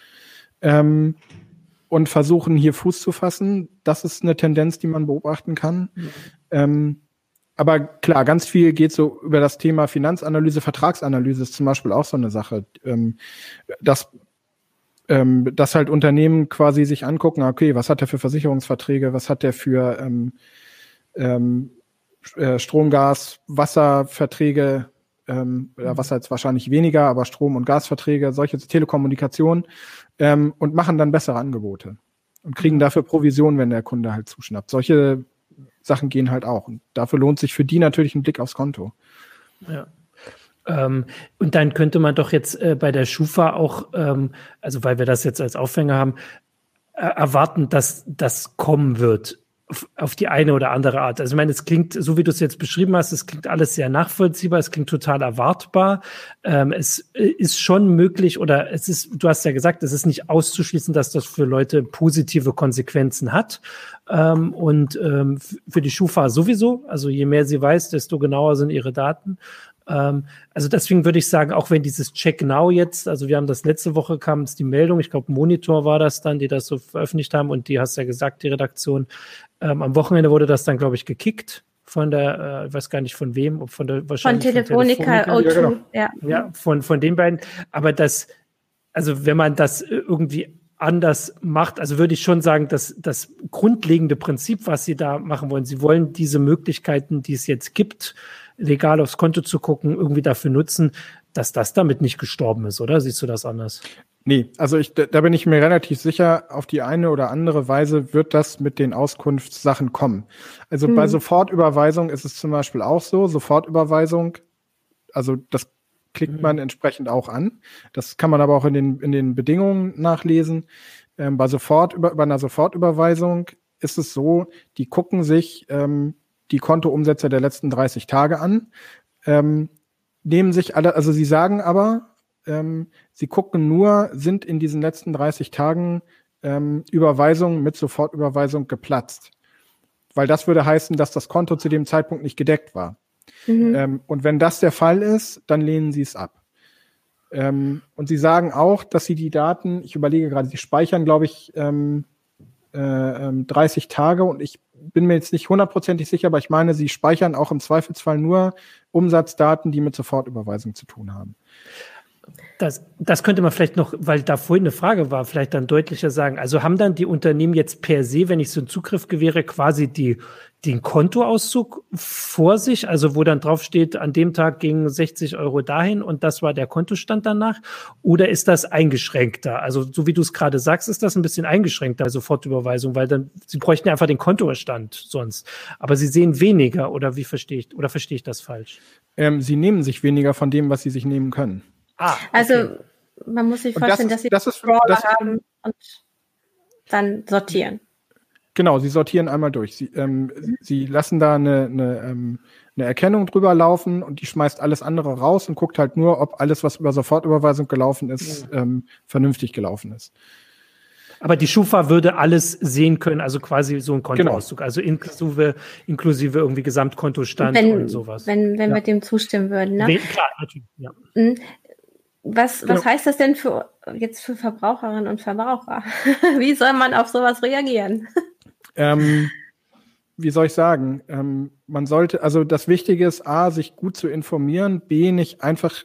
und versuchen, hier Fuß zu fassen. Das ist eine Tendenz, die man beobachten kann. Aber klar, ganz viel geht so über das Thema Finanzanalyse, Vertragsanalyse ist zum Beispiel auch so eine Sache, dass halt Unternehmen quasi sich angucken, okay, was hat der für Versicherungsverträge, was hat der für Strom, Gas, Wasserverträge, Wasser jetzt wahrscheinlich weniger, aber Strom- und Gasverträge, solche Telekommunikation, und machen dann bessere Angebote und kriegen dafür Provision, wenn der Kunde halt zuschnappt. Solche Sachen gehen halt auch. Und dafür lohnt sich für die natürlich ein Blick aufs Konto. Ja. Und dann könnte man doch jetzt bei der Schufa auch, also weil wir das jetzt als Aufhänger haben, erwarten, dass das kommen wird auf die eine oder andere Art. Also ich meine, es klingt, so wie du es jetzt beschrieben hast, es klingt alles sehr nachvollziehbar, es klingt total erwartbar. Es ist schon möglich, oder du hast ja gesagt, es ist nicht auszuschließen, dass das für Leute positive Konsequenzen hat. Und für die Schufa sowieso. Also je mehr sie weiß, desto genauer sind ihre Daten. Also deswegen würde ich sagen, auch wenn dieses Check Now jetzt, also wir haben das letzte Woche, kam es die Meldung, ich glaube Monitor war das dann, die das so veröffentlicht haben, und die hast ja gesagt, die Redaktion, am Wochenende wurde das dann, glaube ich, gekickt von der, ich weiß gar nicht von wem, von der wahrscheinlich von Telefonica, O2, ja, von den beiden, aber also wenn man das irgendwie anders macht, also würde ich schon sagen, dass das grundlegende Prinzip, was sie da machen wollen, sie wollen diese Möglichkeiten, die es jetzt gibt, legal aufs Konto zu gucken, irgendwie dafür nutzen, dass das damit nicht gestorben ist, oder? Siehst du das anders? Nee, also da bin ich mir relativ sicher, auf die eine oder andere Weise wird das mit den Auskunftssachen kommen. Also bei Sofortüberweisung ist es zum Beispiel auch so, Sofortüberweisung, also das klickt man entsprechend auch an. Das kann man aber auch in den Bedingungen nachlesen. Bei einer Sofortüberweisung ist es so, die gucken sich die Kontoumsätze der letzten 30 Tage an, nehmen sich alle, also sie sagen aber, sie gucken nur, sind in diesen letzten 30 Tagen Überweisungen mit Sofortüberweisung geplatzt. Weil das würde heißen, dass das Konto zu dem Zeitpunkt nicht gedeckt war. Und wenn das der Fall ist, dann lehnen sie es ab. Und sie sagen auch, dass sie die Daten, ich überlege gerade, sie speichern, glaube ich, 30 Tage und ich bin mir jetzt nicht hundertprozentig sicher, aber ich meine, sie speichern auch im Zweifelsfall nur Umsatzdaten, die mit Sofortüberweisung zu tun haben. Das könnte man vielleicht noch, weil da vorhin eine Frage war, vielleicht dann deutlicher sagen. Also haben dann die Unternehmen jetzt per se, wenn ich so einen Zugriff gewähre, quasi den Kontoauszug vor sich, also wo dann drauf steht, an dem Tag gingen 60 € dahin und das war der Kontostand danach? Oder ist das eingeschränkter? Also so wie du es gerade sagst, ist das ein bisschen eingeschränkter, Sofortüberweisung, weil dann, sie bräuchten einfach den Kontostand sonst. Aber sie sehen weniger, oder verstehe ich das falsch? Sie nehmen sich weniger von dem, was sie sich nehmen können. Okay. Also man muss sich vorstellen, dass sie Crawler haben und dann sortieren. Genau, sie sortieren einmal durch. Sie lassen da eine Erkennung drüber laufen und die schmeißt alles andere raus und guckt halt nur, ob alles, was über Sofortüberweisung gelaufen ist, vernünftig gelaufen ist. Aber die Schufa würde alles sehen können, also quasi so ein Kontoauszug, genau. Also inklusive irgendwie Gesamtkontostand und sowas. Wenn wir dem zustimmen würden, ne? Klar, natürlich, ja. Was heißt das denn für Verbraucherinnen und Verbraucher? Wie soll man auf sowas reagieren? Wie soll ich sagen? Man sollte, also das Wichtige ist, A, sich gut zu informieren, B, nicht einfach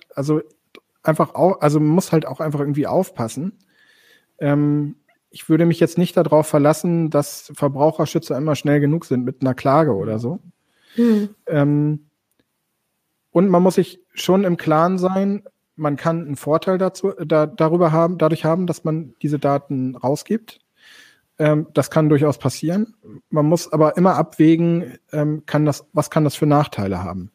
man muss halt auch einfach irgendwie aufpassen. Ich würde mich jetzt nicht darauf verlassen, dass Verbraucherschützer immer schnell genug sind mit einer Klage oder so. Und man muss sich schon im Klaren sein, man kann einen Vorteil dadurch haben, dass man diese Daten rausgibt. Das kann durchaus passieren. Man muss aber immer abwägen, was kann das für Nachteile haben.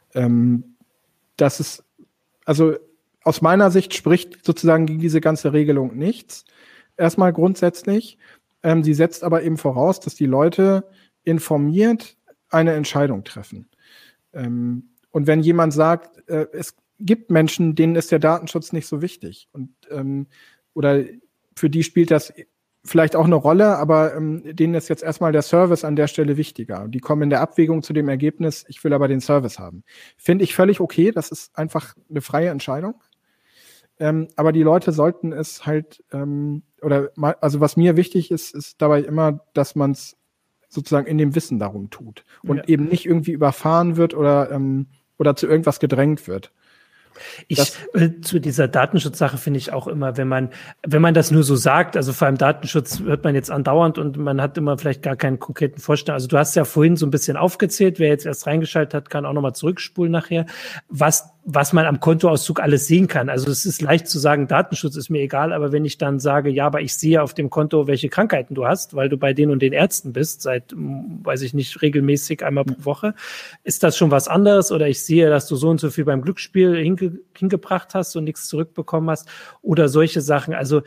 Das ist, also aus meiner Sicht spricht sozusagen gegen diese ganze Regelung nichts. Erstmal grundsätzlich. Sie setzt aber eben voraus, dass die Leute informiert eine Entscheidung treffen. Und wenn jemand sagt, es gibt Menschen, denen ist der Datenschutz nicht so wichtig oder für die spielt das vielleicht auch eine Rolle, aber denen ist jetzt erstmal der Service an der Stelle wichtiger. Die kommen in der Abwägung zu dem Ergebnis, ich will aber den Service haben. Finde ich völlig okay, das ist einfach eine freie Entscheidung. Aber die Leute sollten es halt, also was mir wichtig ist dabei immer, dass man es sozusagen in dem Wissen darum tut und eben nicht irgendwie überfahren wird oder zu irgendwas gedrängt wird. Zu dieser Datenschutzsache finde ich auch immer, wenn man das nur so sagt, also vor allem Datenschutz hört man jetzt andauernd und man hat immer vielleicht gar keinen konkreten Vorstellung. Also du hast ja vorhin so ein bisschen aufgezählt, wer jetzt erst reingeschaltet hat, kann auch nochmal zurückspulen nachher, was man am Kontoauszug alles sehen kann. Also es ist leicht zu sagen, Datenschutz ist mir egal, aber wenn ich dann sage, ja, aber ich sehe auf dem Konto, welche Krankheiten du hast, weil du bei den und den Ärzten bist, seit, weiß ich nicht, regelmäßig einmal pro Woche, ist das schon was anderes? Oder ich sehe, dass du so und so viel beim Glücksspiel hingebracht hast und nichts zurückbekommen hast oder solche Sachen. Also,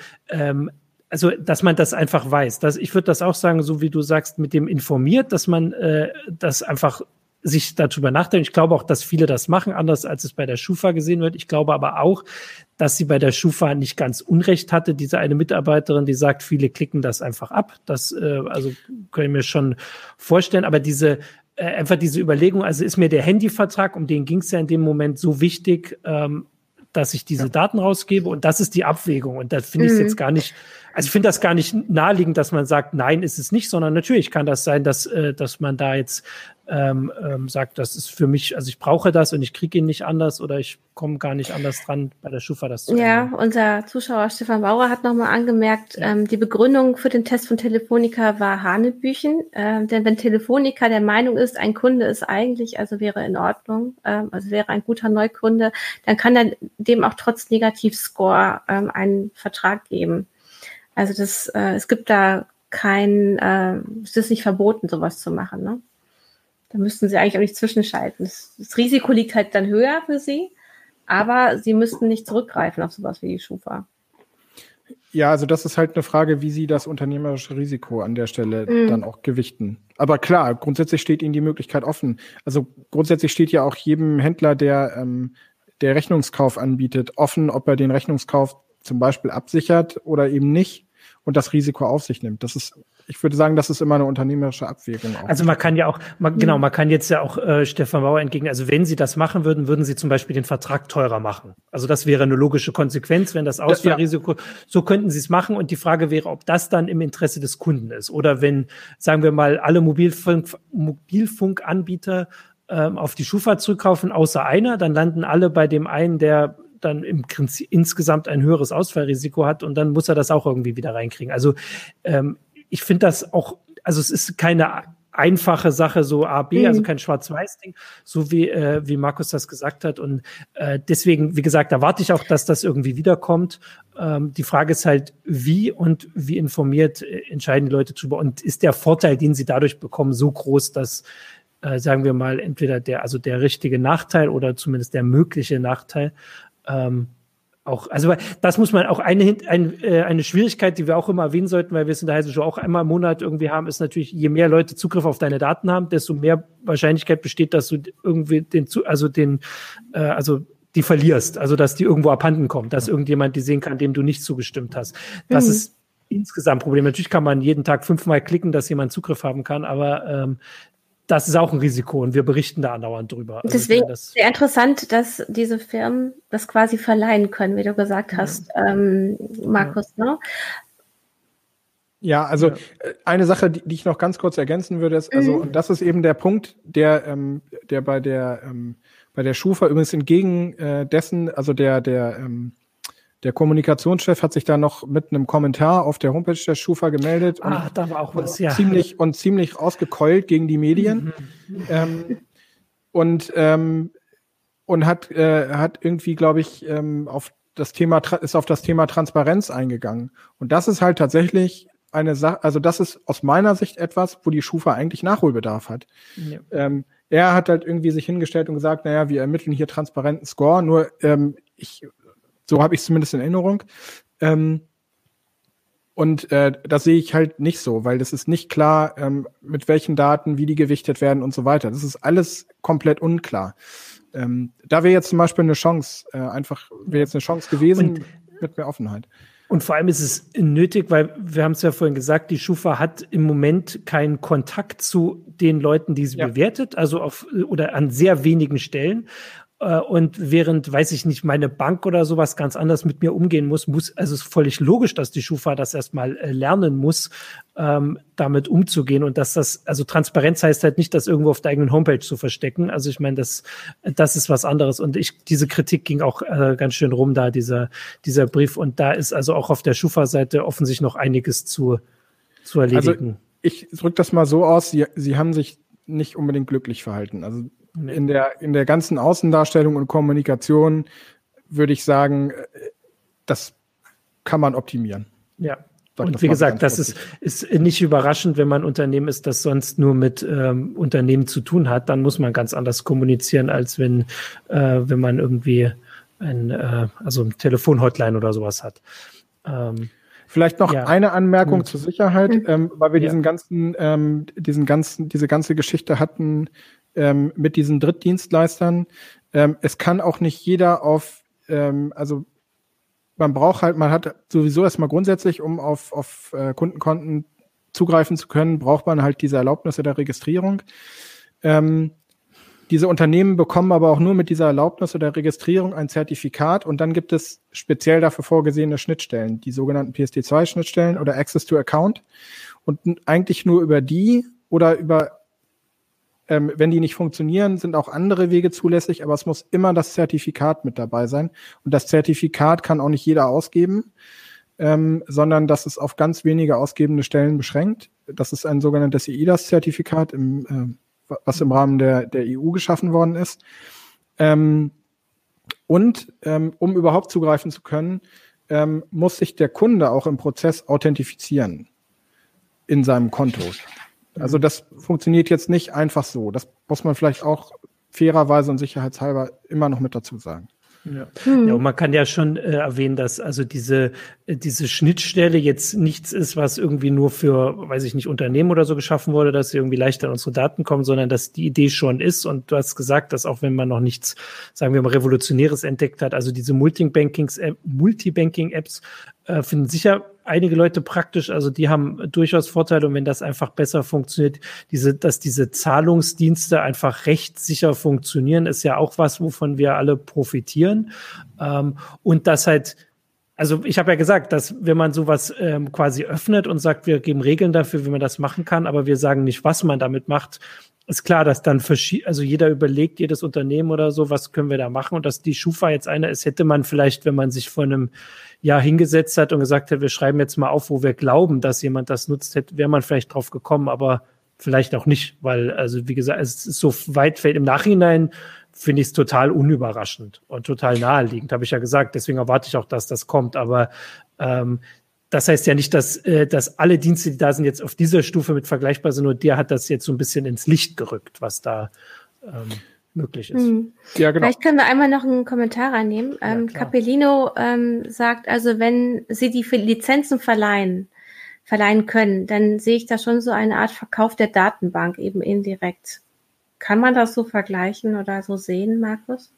dass man das einfach weiß. Ich würde das auch sagen, so wie du sagst, mit dem informiert, dass man das einfach sich darüber nachdenkt. Ich glaube auch, dass viele das machen, anders als es bei der Schufa gesehen wird. Ich glaube aber auch, dass sie bei der Schufa nicht ganz Unrecht hatte. Diese eine Mitarbeiterin, die sagt, viele klicken das einfach ab. Das also kann ich mir schon vorstellen. Aber einfach diese Überlegung, also ist mir der Handyvertrag, um den ging es ja in dem Moment so wichtig, dass ich diese Daten rausgebe und das ist die Abwägung und da finde ich es jetzt gar nicht, also ich finde das gar nicht naheliegend, dass man sagt, nein, ist es nicht, sondern natürlich kann das sein, dass man da jetzt sagt, das ist für mich, also ich brauche das und ich kriege ihn nicht anders oder ich komme gar nicht anders dran, bei der Schufa das zu ändern. Ja, unser Zuschauer Stefan Bauer hat nochmal angemerkt, die Begründung für den Test von Telefonica war Hanebüchen, denn wenn Telefonica der Meinung ist, ein Kunde ist eigentlich, also wäre in Ordnung, also wäre ein guter Neukunde, dann kann er dem auch trotz Negativscore einen Vertrag geben. Also es gibt da es ist nicht verboten, sowas zu machen, ne? Da müssten sie eigentlich auch nicht zwischenschalten. Das Risiko liegt halt dann höher für sie, aber sie müssten nicht zurückgreifen auf sowas wie die Schufa. Ja, also das ist halt eine Frage, wie sie das unternehmerische Risiko an der Stelle dann auch gewichten. Aber klar, grundsätzlich steht ihnen die Möglichkeit offen. Also grundsätzlich steht ja auch jedem Händler, der Rechnungskauf anbietet, offen, ob er den Rechnungskauf zum Beispiel absichert oder eben nicht und das Risiko auf sich nimmt. Das ist ich würde sagen, das ist immer eine unternehmerische Abwägung. Auch. Also man kann ja auch, man kann jetzt ja auch Stefan Bauer entgegnen, also wenn Sie das machen würden Sie zum Beispiel den Vertrag teurer machen. Also das wäre eine logische Konsequenz, wenn das Ausfallrisiko, so könnten Sie es machen und die Frage wäre, ob das dann im Interesse des Kunden ist. Oder wenn, sagen wir mal, alle Mobilfunkanbieter auf die Schufa zurückkaufen, außer einer, dann landen alle bei dem einen, der dann im Prinzip insgesamt ein höheres Ausfallrisiko hat und dann muss er das auch irgendwie wieder reinkriegen. Also ich finde das auch, also es ist keine einfache Sache, so A, B, also kein Schwarz-Weiß-Ding, so wie Markus das gesagt hat und deswegen, wie gesagt, erwarte ich auch, dass das irgendwie wiederkommt. Die Frage ist halt, wie und wie informiert entscheiden die Leute drüber und ist der Vorteil, den sie dadurch bekommen, so groß, dass sagen wir mal, entweder der richtige Nachteil oder zumindest der mögliche Nachteil auch, also das muss man auch eine Schwierigkeit, die wir auch immer erwähnen sollten, weil wir es in der Heise Show auch einmal im Monat irgendwie haben, ist natürlich, je mehr Leute Zugriff auf deine Daten haben, desto mehr Wahrscheinlichkeit besteht, dass du irgendwie die verlierst, also dass die irgendwo abhanden kommt, dass irgendjemand die sehen kann, dem du nicht zugestimmt hast. Das ist insgesamt ein Problem. Natürlich kann man jeden Tag 5-mal klicken, dass jemand Zugriff haben kann, aber das ist auch ein Risiko und wir berichten da andauernd drüber. Also deswegen ist es sehr interessant, dass diese Firmen das quasi verleihen können, wie du gesagt hast, Markus, ne? Ja, also eine Sache, die ich noch ganz kurz ergänzen würde, ist, also, und das ist eben der Punkt, der bei der Schufa übrigens entgegen dessen, also der Kommunikationschef hat sich da noch mit einem Kommentar auf der Homepage der Schufa gemeldet da war auch was, ja. ziemlich rausgekeult gegen die Medien und hat irgendwie, glaube ich, auf das Thema Transparenz eingegangen. Und das ist halt tatsächlich eine Sache, also das ist aus meiner Sicht etwas, wo die Schufa eigentlich Nachholbedarf hat. Ja. Er hat halt irgendwie sich hingestellt und gesagt, naja, wir ermitteln hier transparenten Score, nur so habe ich es zumindest in Erinnerung. Und das sehe ich halt nicht so, weil das ist nicht klar, mit welchen Daten, wie die gewichtet werden und so weiter. Das ist alles komplett unklar. Da wäre jetzt zum Beispiel eine Chance, wäre jetzt eine Chance gewesen mit mehr Offenheit. Und vor allem ist es nötig, weil wir haben es ja vorhin gesagt, die Schufa hat im Moment keinen Kontakt zu den Leuten, die sie bewertet, also oder an sehr wenigen Stellen. Und während, weiß ich nicht, meine Bank oder sowas ganz anders mit mir umgehen muss, also es ist völlig logisch, dass die Schufa das erstmal lernen muss, damit umzugehen und dass also Transparenz heißt halt nicht, das irgendwo auf der eigenen Homepage zu verstecken. Also ich meine, das ist was anderes und diese Kritik ging auch ganz schön rum da, dieser Brief und da ist also auch auf der Schufa-Seite offensichtlich noch einiges zu erledigen. Also ich drücke das mal so aus, sie haben sich nicht unbedingt glücklich verhalten. Also in der ganzen Außendarstellung und Kommunikation würde ich sagen, das kann man optimieren. Ja. Und wie gesagt, das ist nicht überraschend, wenn man ein Unternehmen ist, das sonst nur mit Unternehmen zu tun hat, dann muss man ganz anders kommunizieren, als wenn man irgendwie also ein Telefon-Hotline oder sowas hat. Vielleicht noch eine Anmerkung zur Sicherheit, weil wir diese ganze Geschichte hatten mit diesen Drittdienstleistern. Es kann auch nicht jeder also man hat sowieso erstmal grundsätzlich, um auf Kundenkonten zugreifen zu können, braucht man halt diese Erlaubnisse der Registrierung. Diese Unternehmen bekommen aber auch nur mit dieser Erlaubnis oder Registrierung ein Zertifikat und dann gibt es speziell dafür vorgesehene Schnittstellen, die sogenannten PSD2-Schnittstellen oder Access to Account und eigentlich nur über die oder wenn die nicht funktionieren, sind auch andere Wege zulässig, aber es muss immer das Zertifikat mit dabei sein und das Zertifikat kann auch nicht jeder ausgeben, sondern das ist auf ganz wenige ausgebende Stellen beschränkt. Das ist ein sogenanntes EIDAS-Zertifikat was im Rahmen der EU geschaffen worden ist. Um überhaupt zugreifen zu können, muss sich der Kunde auch im Prozess authentifizieren in seinem Konto. Also das funktioniert jetzt nicht einfach so. Das muss man vielleicht auch fairerweise und sicherheitshalber immer noch mit dazu sagen. Ja, und man kann ja schon erwähnen, dass also diese Schnittstelle jetzt nichts ist, was irgendwie nur für, weiß ich nicht, Unternehmen oder so geschaffen wurde, dass sie irgendwie leichter an unsere Daten kommen, sondern dass die Idee schon ist. Und du hast gesagt, dass auch wenn man noch nichts, sagen wir mal, Revolutionäres entdeckt hat, also diese Multibanking-Apps finden sicher einige Leute praktisch, also die haben durchaus Vorteile und wenn das einfach besser funktioniert, dass diese Zahlungsdienste einfach rechtssicher funktionieren, ist ja auch was, wovon wir alle profitieren. Und das halt, also ich habe ja gesagt, dass wenn man sowas quasi öffnet und sagt, wir geben Regeln dafür, wie man das machen kann, aber wir sagen nicht, was man damit macht, ist klar, dass dann also jeder überlegt, jedes Unternehmen oder so, was können wir da machen und dass die Schufa jetzt eine ist, hätte man vielleicht, wenn man sich vor einem Jahr hingesetzt hat und gesagt hat, wir schreiben jetzt mal auf, wo wir glauben, dass jemand das nutzt, wäre man vielleicht drauf gekommen, aber vielleicht auch nicht, weil, also wie gesagt, es ist so weit fällt im Nachhinein, finde ich es total unüberraschend und total naheliegend, habe ich ja gesagt, deswegen erwarte ich auch, dass das kommt, aber das heißt ja nicht, dass alle Dienste, die da sind, jetzt auf dieser Stufe mit vergleichbar sind, nur der hat das jetzt so ein bisschen ins Licht gerückt, was da möglich ist. Ja, genau. Vielleicht können wir einmal noch einen Kommentar reinnehmen. Capellino sagt, also wenn Sie die Lizenzen verleihen können, dann sehe ich da schon so eine Art Verkauf der Datenbank eben indirekt. Kann man das so vergleichen oder so sehen, Markus?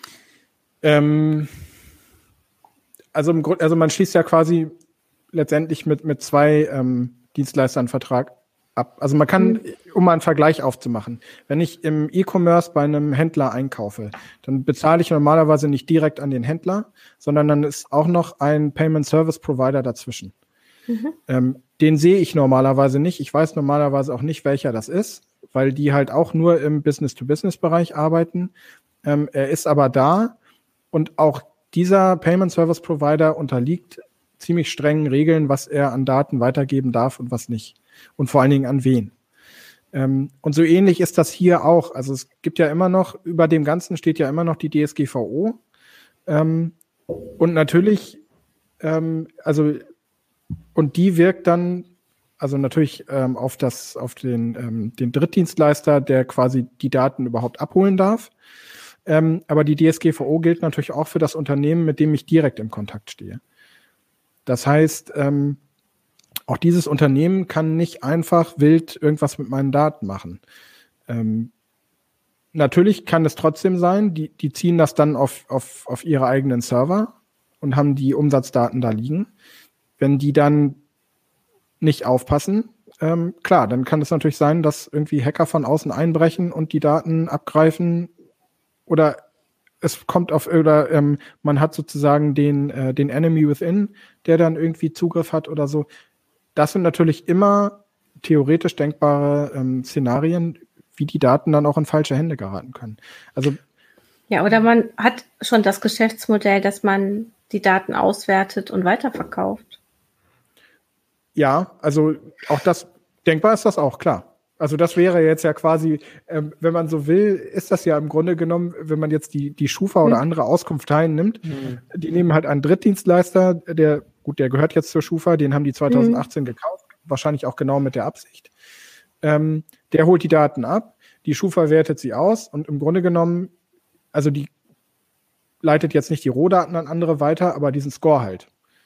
Also man schließt ja quasi letztendlich mit zwei Dienstleistern einen Vertrag ab. Also man kann, um mal einen Vergleich aufzumachen, wenn ich im E-Commerce bei einem Händler einkaufe, dann bezahle ich normalerweise nicht direkt an den Händler, sondern dann ist auch noch ein Payment Service Provider dazwischen. Den sehe ich normalerweise nicht. Ich weiß normalerweise auch nicht, welcher das ist, weil die halt auch nur im Business-to-Business-Bereich arbeiten. Er ist aber da und auch dieser Payment Service Provider unterliegt ziemlich strengen Regeln, was er an Daten weitergeben darf und was nicht. Und vor allen Dingen an wen. Und so ähnlich ist das hier auch. Also es gibt ja immer noch, über dem Ganzen steht ja immer noch die DSGVO. Und natürlich, und die wirkt dann, also natürlich auf den Drittdienstleister, der quasi die Daten überhaupt abholen darf. Aber die DSGVO gilt natürlich auch für das Unternehmen, mit dem ich direkt im Kontakt stehe. Das heißt, auch dieses Unternehmen kann nicht einfach wild irgendwas mit meinen Daten machen. Natürlich kann es trotzdem sein, die ziehen das dann auf ihre eigenen Server und haben die Umsatzdaten da liegen. Wenn die dann nicht aufpassen, klar, dann kann es natürlich sein, dass irgendwie Hacker von außen einbrechen und die Daten abgreifen oder es kommt man hat sozusagen den Enemy within, der dann irgendwie Zugriff hat oder so. Das sind natürlich immer theoretisch denkbare Szenarien, wie die Daten dann auch in falsche Hände geraten können. Also ja, oder man hat schon das Geschäftsmodell, dass man die Daten auswertet und weiterverkauft. Ja, also auch das, denkbar ist das auch, klar. Also das wäre jetzt ja quasi, wenn man so will, ist das ja im Grunde genommen, wenn man jetzt die Schufa oder andere Auskunfteien nimmt, die nehmen halt einen Drittdienstleister, der gehört jetzt zur Schufa, den haben die 2018 gekauft, wahrscheinlich auch genau mit der Absicht. Der holt die Daten ab, die Schufa wertet sie aus und im Grunde genommen, also die leitet jetzt nicht die Rohdaten an andere weiter, aber diesen Score halt.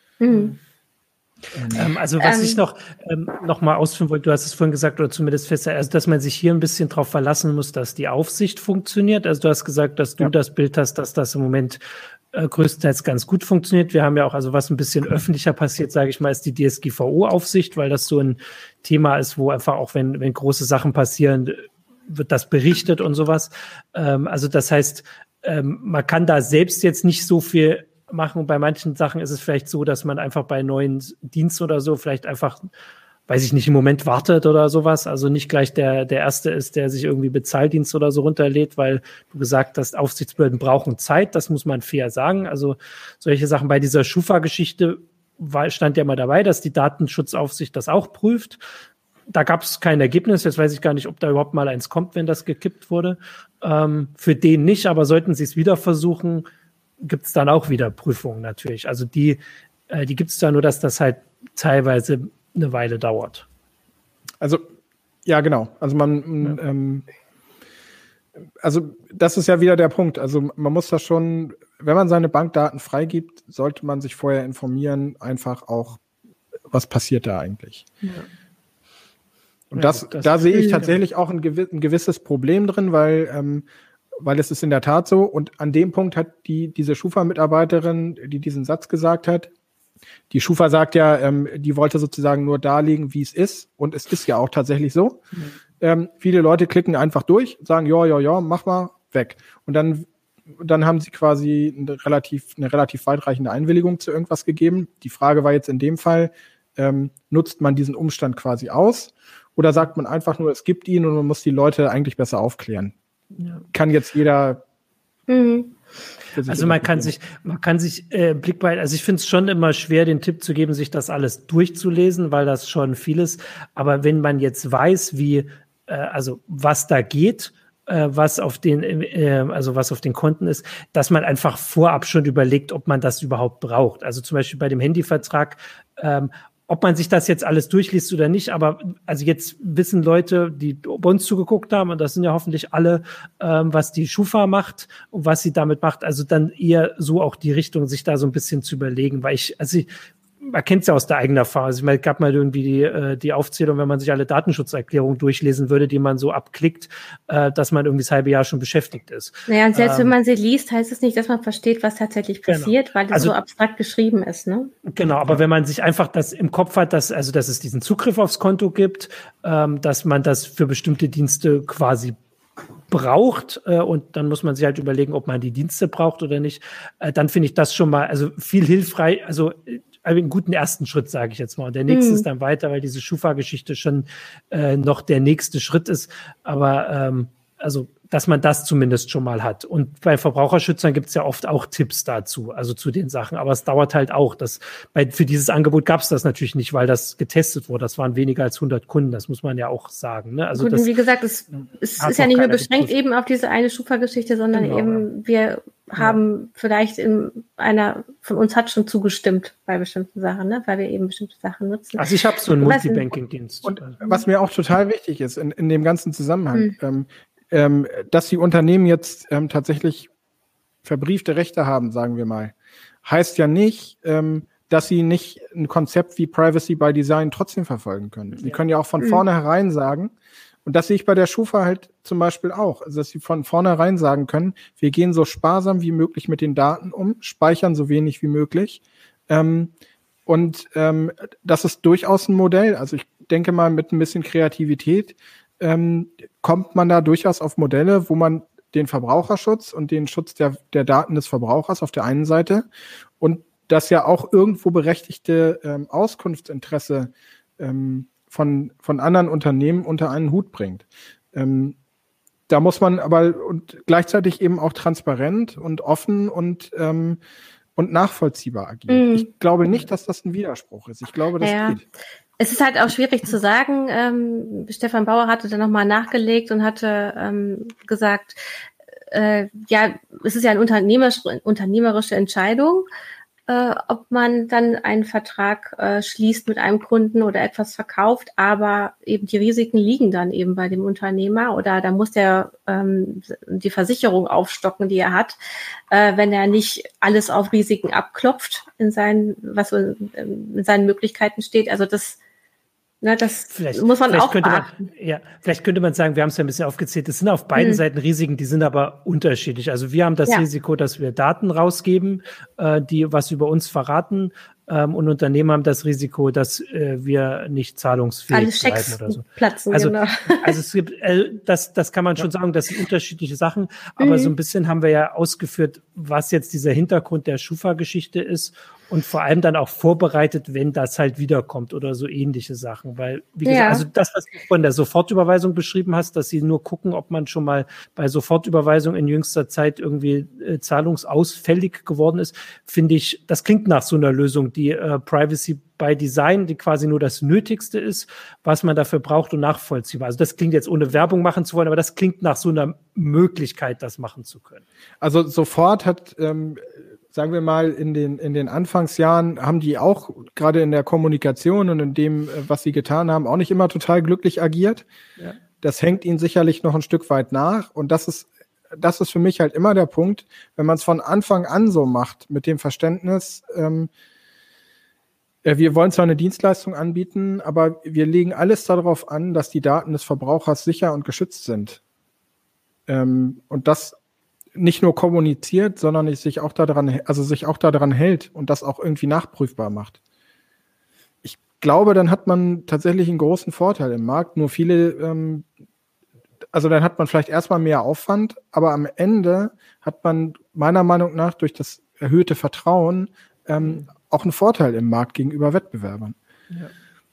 Also was ich noch mal ausführen wollte, du hast es vorhin gesagt, oder zumindest festgestellt, also dass man sich hier ein bisschen drauf verlassen muss, dass die Aufsicht funktioniert. Also du hast gesagt, dass du das Bild hast, dass das im Moment größtenteils ganz gut funktioniert. Wir haben ja auch, also was ein bisschen öffentlicher passiert, sage ich mal, ist die DSGVO-Aufsicht, weil das so ein Thema ist, wo einfach auch, wenn große Sachen passieren, wird das berichtet und sowas. Also das heißt, man kann da selbst jetzt nicht so viel machen. Und bei manchen Sachen ist es vielleicht so, dass man einfach bei neuen Diensten oder so vielleicht einfach, weiß ich nicht, im Moment wartet oder sowas. Also nicht gleich der Erste ist, der sich irgendwie Bezahldienst oder so runterlädt, weil du gesagt hast, Aufsichtsbehörden brauchen Zeit. Das muss man fair sagen. Also solche Sachen bei dieser Schufa-Geschichte stand ja mal dabei, dass die Datenschutzaufsicht das auch prüft. Da gab es kein Ergebnis. Jetzt weiß ich gar nicht, ob da überhaupt mal eins kommt, wenn das gekippt wurde. Für den nicht, aber sollten sie es wieder versuchen, gibt es dann auch wieder Prüfungen natürlich. Also die gibt es da, nur dass das halt teilweise eine Weile dauert. Also, ja, genau. Also also das ist ja wieder der Punkt. Also man muss das schon, wenn man seine Bankdaten freigibt, sollte man sich vorher informieren, einfach auch, was passiert da eigentlich. Ja. Und da sehe ich tatsächlich auch ein gewisses Problem drin, weil es ist in der Tat so. Und an dem Punkt hat diese Schufa-Mitarbeiterin, die diesen Satz gesagt hat, Die Schufa sagt ja, die wollte sozusagen nur darlegen, wie es ist. Und es ist ja auch tatsächlich so. Viele Leute klicken einfach durch, sagen, ja, mach mal, weg. Und dann haben sie quasi eine relativ weitreichende Einwilligung zu irgendwas gegeben. Die Frage war jetzt in dem Fall, nutzt man diesen Umstand quasi aus oder sagt man einfach nur, es gibt ihn und man muss die Leute eigentlich besser aufklären? Ja. Kann jetzt jeder Also man kann sich blickweit, also ich finde es schon immer schwer, den Tipp zu geben, sich das alles durchzulesen, weil das schon viel ist. Aber wenn man jetzt weiß, was da geht, was auf den Konten ist, dass man einfach vorab schon überlegt, ob man das überhaupt braucht. Also zum Beispiel bei dem Handyvertrag, ob man sich das jetzt alles durchliest oder nicht, aber also jetzt wissen Leute, die bei uns zugeguckt haben, und das sind ja hoffentlich alle, was die Schufa macht und was sie damit macht, also dann eher so auch die Richtung, sich da so ein bisschen zu überlegen, weil man kennt es ja aus der eigenen Erfahrung. Also ich meine, es gab mal irgendwie die Aufzählung, wenn man sich alle Datenschutzerklärungen durchlesen würde, die man so abklickt, dass man irgendwie das halbe Jahr schon beschäftigt ist. Naja, und selbst wenn man sie liest, heißt es nicht, dass man versteht, was tatsächlich passiert, weil das so abstrakt geschrieben ist, ne? Genau, aber wenn man sich einfach das im Kopf hat, dass es diesen Zugriff aufs Konto gibt, dass man das für bestimmte Dienste quasi braucht, und dann muss man sich halt überlegen, ob man die Dienste braucht oder nicht, dann finde ich das schon mal viel hilfreich, einen guten ersten Schritt, sage ich jetzt mal. Und der nächste ist dann weiter, weil diese Schufa-Geschichte schon noch der nächste Schritt ist. Aber dass man das zumindest schon mal hat. Und bei Verbraucherschützern gibt es ja oft auch Tipps dazu, also zu den Sachen. Aber es dauert halt auch. Für dieses Angebot gab es das natürlich nicht, weil das getestet wurde. Das waren weniger als 100 Kunden, das muss man ja auch sagen. Ne? Also gut, und wie gesagt, es ist ja nicht nur beschränkt eben auf diese eine Schufa-Geschichte, sondern eben wir haben vielleicht einer von uns hat schon zugestimmt bei bestimmten Sachen, ne? Weil wir eben bestimmte Sachen nutzen. Also ich habe so einen Multibanking-Dienst. Und was mir auch total wichtig ist in dem ganzen Zusammenhang, dass die Unternehmen jetzt tatsächlich verbriefte Rechte haben, sagen wir mal, heißt ja nicht, dass sie nicht ein Konzept wie Privacy by Design trotzdem verfolgen können. Sie können ja auch von vornherein sagen, und das sehe ich bei der Schufa halt zum Beispiel auch, also dass sie von vornherein sagen können, wir gehen so sparsam wie möglich mit den Daten um, speichern so wenig wie möglich. Das ist durchaus ein Modell. Also ich denke mal, mit ein bisschen Kreativität kommt man da durchaus auf Modelle, wo man den Verbraucherschutz und den Schutz der Daten des Verbrauchers auf der einen Seite und das ja auch irgendwo berechtigte Auskunftsinteresse von anderen Unternehmen unter einen Hut bringt. Da muss man aber und gleichzeitig eben auch transparent und offen und nachvollziehbar agieren. Ich glaube nicht, dass das ein Widerspruch ist. Ich glaube, das geht. Es ist halt auch schwierig zu sagen. Stefan Bauer hatte da nochmal nachgelegt und hatte gesagt, es ist ja eine unternehmerische Entscheidung, ob man dann einen Vertrag schließt mit einem Kunden oder etwas verkauft, aber eben die Risiken liegen dann eben bei dem Unternehmer oder da muss der die Versicherung aufstocken, die er hat, wenn er nicht alles auf Risiken abklopft was in seinen Möglichkeiten steht. Also das muss man auch beachten. Vielleicht könnte man sagen, wir haben es ja ein bisschen aufgezählt, es sind auf beiden Seiten Risiken, die sind aber unterschiedlich. Also wir haben das Risiko, dass wir Daten rausgeben, die was über uns verraten, und Unternehmen haben das Risiko, dass wir nicht zahlungsfähig bleiben oder so. Platzen, also es gibt, das kann man schon sagen, das sind unterschiedliche Sachen, aber so ein bisschen haben wir ja ausgeführt, was jetzt dieser Hintergrund der Schufa-Geschichte ist und vor allem dann auch vorbereitet, wenn das halt wiederkommt oder so ähnliche Sachen, weil, wie gesagt, also das, was du von der Sofortüberweisung beschrieben hast, dass sie nur gucken, ob man schon mal bei Sofortüberweisung in jüngster Zeit irgendwie zahlungsausfällig geworden ist, finde ich, das klingt nach so einer Lösung, die Privacy by Design, die quasi nur das Nötigste ist, was man dafür braucht und nachvollziehbar. Also das klingt jetzt, ohne Werbung machen zu wollen, aber das klingt nach so einer Möglichkeit, das machen zu können. Also sofort hat sagen wir mal, in den Anfangsjahren haben die auch gerade in der Kommunikation und in dem, was sie getan haben, auch nicht immer total glücklich agiert. Ja. Das hängt ihnen sicherlich noch ein Stück weit nach. Und das ist für mich halt immer der Punkt, wenn man es von Anfang an so macht, mit dem Verständnis, wir wollen zwar eine Dienstleistung anbieten, aber wir legen alles darauf an, dass die Daten des Verbrauchers sicher und geschützt sind. Und das nicht nur kommuniziert, sondern sich auch daran hält und das auch irgendwie nachprüfbar macht. Ich glaube, dann hat man tatsächlich einen großen Vorteil im Markt. Nur viele, also dann hat man vielleicht erstmal mehr Aufwand, aber am Ende hat man meiner Meinung nach durch das erhöhte Vertrauen auch einen Vorteil im Markt gegenüber Wettbewerbern. Ja.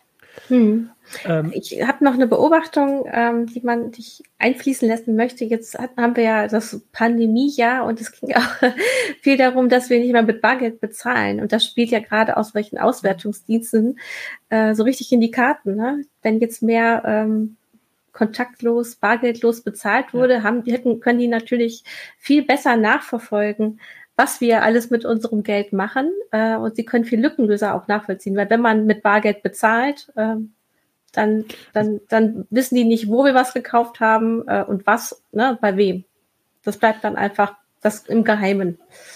Ich habe noch eine Beobachtung, die ich einfließen lassen möchte. Jetzt haben wir ja das Pandemiejahr und es ging auch viel darum, dass wir nicht mehr mit Bargeld bezahlen. Und das spielt ja gerade aus welchen Auswertungsdiensten so richtig in die Karten. Ne? Wenn jetzt mehr kontaktlos, bargeldlos bezahlt wurde, können die natürlich viel besser nachverfolgen, was wir alles mit unserem Geld machen. Und sie können viel lückenlöser auch nachvollziehen. Weil wenn man mit Bargeld bezahlt, dann wissen die nicht, wo wir was gekauft haben und was, ne, bei wem. Das bleibt dann einfach das im Geheimen.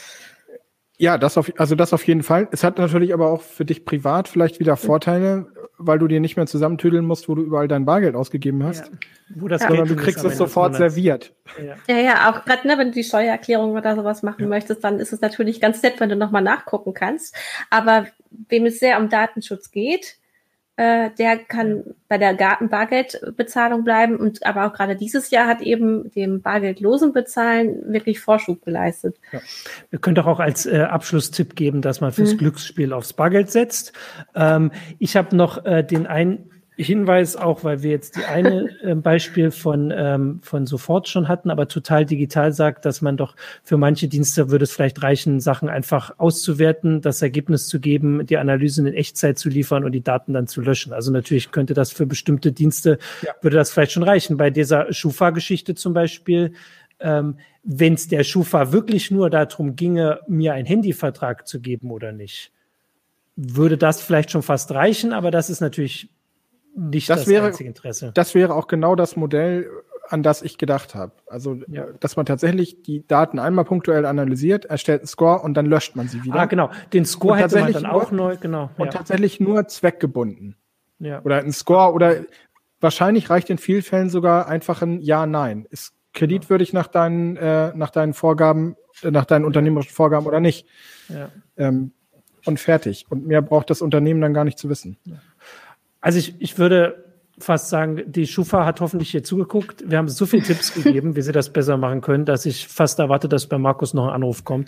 Ja, das auf jeden Fall. Es hat natürlich aber auch für dich privat vielleicht wieder Vorteile, weil du dir nicht mehr zusammentüdeln musst, wo du überall dein Bargeld ausgegeben hast. Ja. Wo das Sondern du kriegst es sofort serviert. Ja, auch gerade, ne, wenn du die Steuererklärung oder sowas machen möchtest, dann ist es natürlich ganz nett, wenn du nochmal nachgucken kannst. Aber wem es sehr um Datenschutz geht, der kann bei der Bargeldbezahlung bleiben und aber auch gerade dieses Jahr hat eben dem bargeldlosen Bezahlen wirklich Vorschub geleistet. Ja. Wir können doch auch als Abschlusstipp geben, dass man fürs Glücksspiel aufs Bargeld setzt. Ich habe noch den einen Hinweis auch, weil wir jetzt die eine Beispiel von Sofort schon hatten, aber total digital sagt, dass man doch für manche Dienste würde es vielleicht reichen, Sachen einfach auszuwerten, das Ergebnis zu geben, die Analysen in Echtzeit zu liefern und die Daten dann zu löschen. Also natürlich könnte das für bestimmte Dienste, würde das vielleicht schon reichen. Bei dieser Schufa-Geschichte zum Beispiel, wenn es der Schufa wirklich nur darum ginge, mir einen Handyvertrag zu geben oder nicht, würde das vielleicht schon fast reichen, aber das ist natürlich nicht das einzige Interesse. Das wäre auch genau das Modell, an das ich gedacht habe. Also, dass man tatsächlich die Daten einmal punktuell analysiert, erstellt einen Score und dann löscht man sie wieder. Ah, genau. Den Score hätte man dann auch neu, genau. Und tatsächlich nur zweckgebunden. Ja. Oder ein Score oder wahrscheinlich reicht in vielen Fällen sogar einfach ein Ja, Nein. Ist kreditwürdig nach deinen Vorgaben, nach deinen unternehmerischen Vorgaben oder nicht? Ja. Und fertig. Und mehr braucht das Unternehmen dann gar nicht zu wissen. Ja. Also ich würde fast sagen, die Schufa hat hoffentlich hier zugeguckt. Wir haben so viele Tipps gegeben, wie sie das besser machen können, dass ich fast erwarte, dass bei Markus noch ein Anruf kommt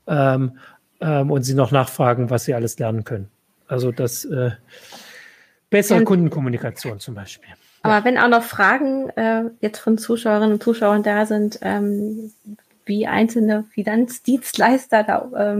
und sie noch nachfragen, was sie alles lernen können. Also das bessere Kundenkommunikation zum Beispiel. Aber wenn auch noch Fragen jetzt von Zuschauerinnen und Zuschauern da sind, wie einzelne Finanzdienstleister da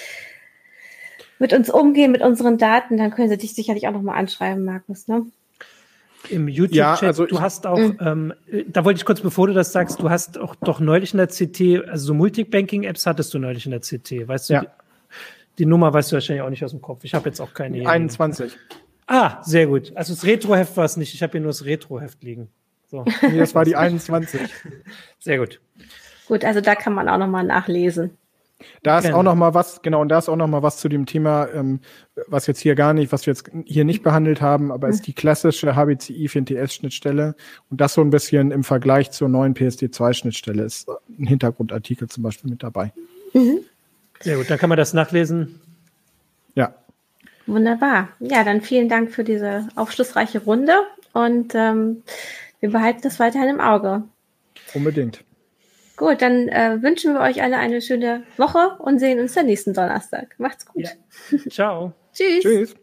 mit uns umgehen, mit unseren Daten, dann können sie dich sicherlich auch nochmal anschreiben, Markus, ne? Im YouTube-Chat, du hast auch, da wollte ich kurz, bevor du das sagst, du hast auch doch neulich in der CT, also so Multibanking-Apps hattest du neulich in der CT, weißt du, die Nummer weißt du wahrscheinlich auch nicht aus dem Kopf. Ich habe jetzt auch keine. 21. Ah, sehr gut. Also das Retro-Heft war es nicht, ich habe hier nur das Retro-Heft liegen. So. Nee, das war die 21. Sehr gut. Gut, also da kann man auch nochmal nachlesen. Da ist auch noch mal was, genau, und da ist auch noch mal was zu dem Thema, was wir jetzt hier nicht behandelt haben, aber ist die klassische HBCI-FinTS-Schnittstelle und das so ein bisschen im Vergleich zur neuen PSD2-Schnittstelle ist ein Hintergrundartikel zum Beispiel mit dabei. Sehr gut, dann kann man das nachlesen. Ja. Wunderbar. Ja, dann vielen Dank für diese aufschlussreiche Runde und wir behalten das weiterhin im Auge. Unbedingt. Gut, dann wünschen wir euch alle eine schöne Woche und sehen uns am nächsten Donnerstag. Macht's gut. Ja. Ciao. Tschüss. Tschüss.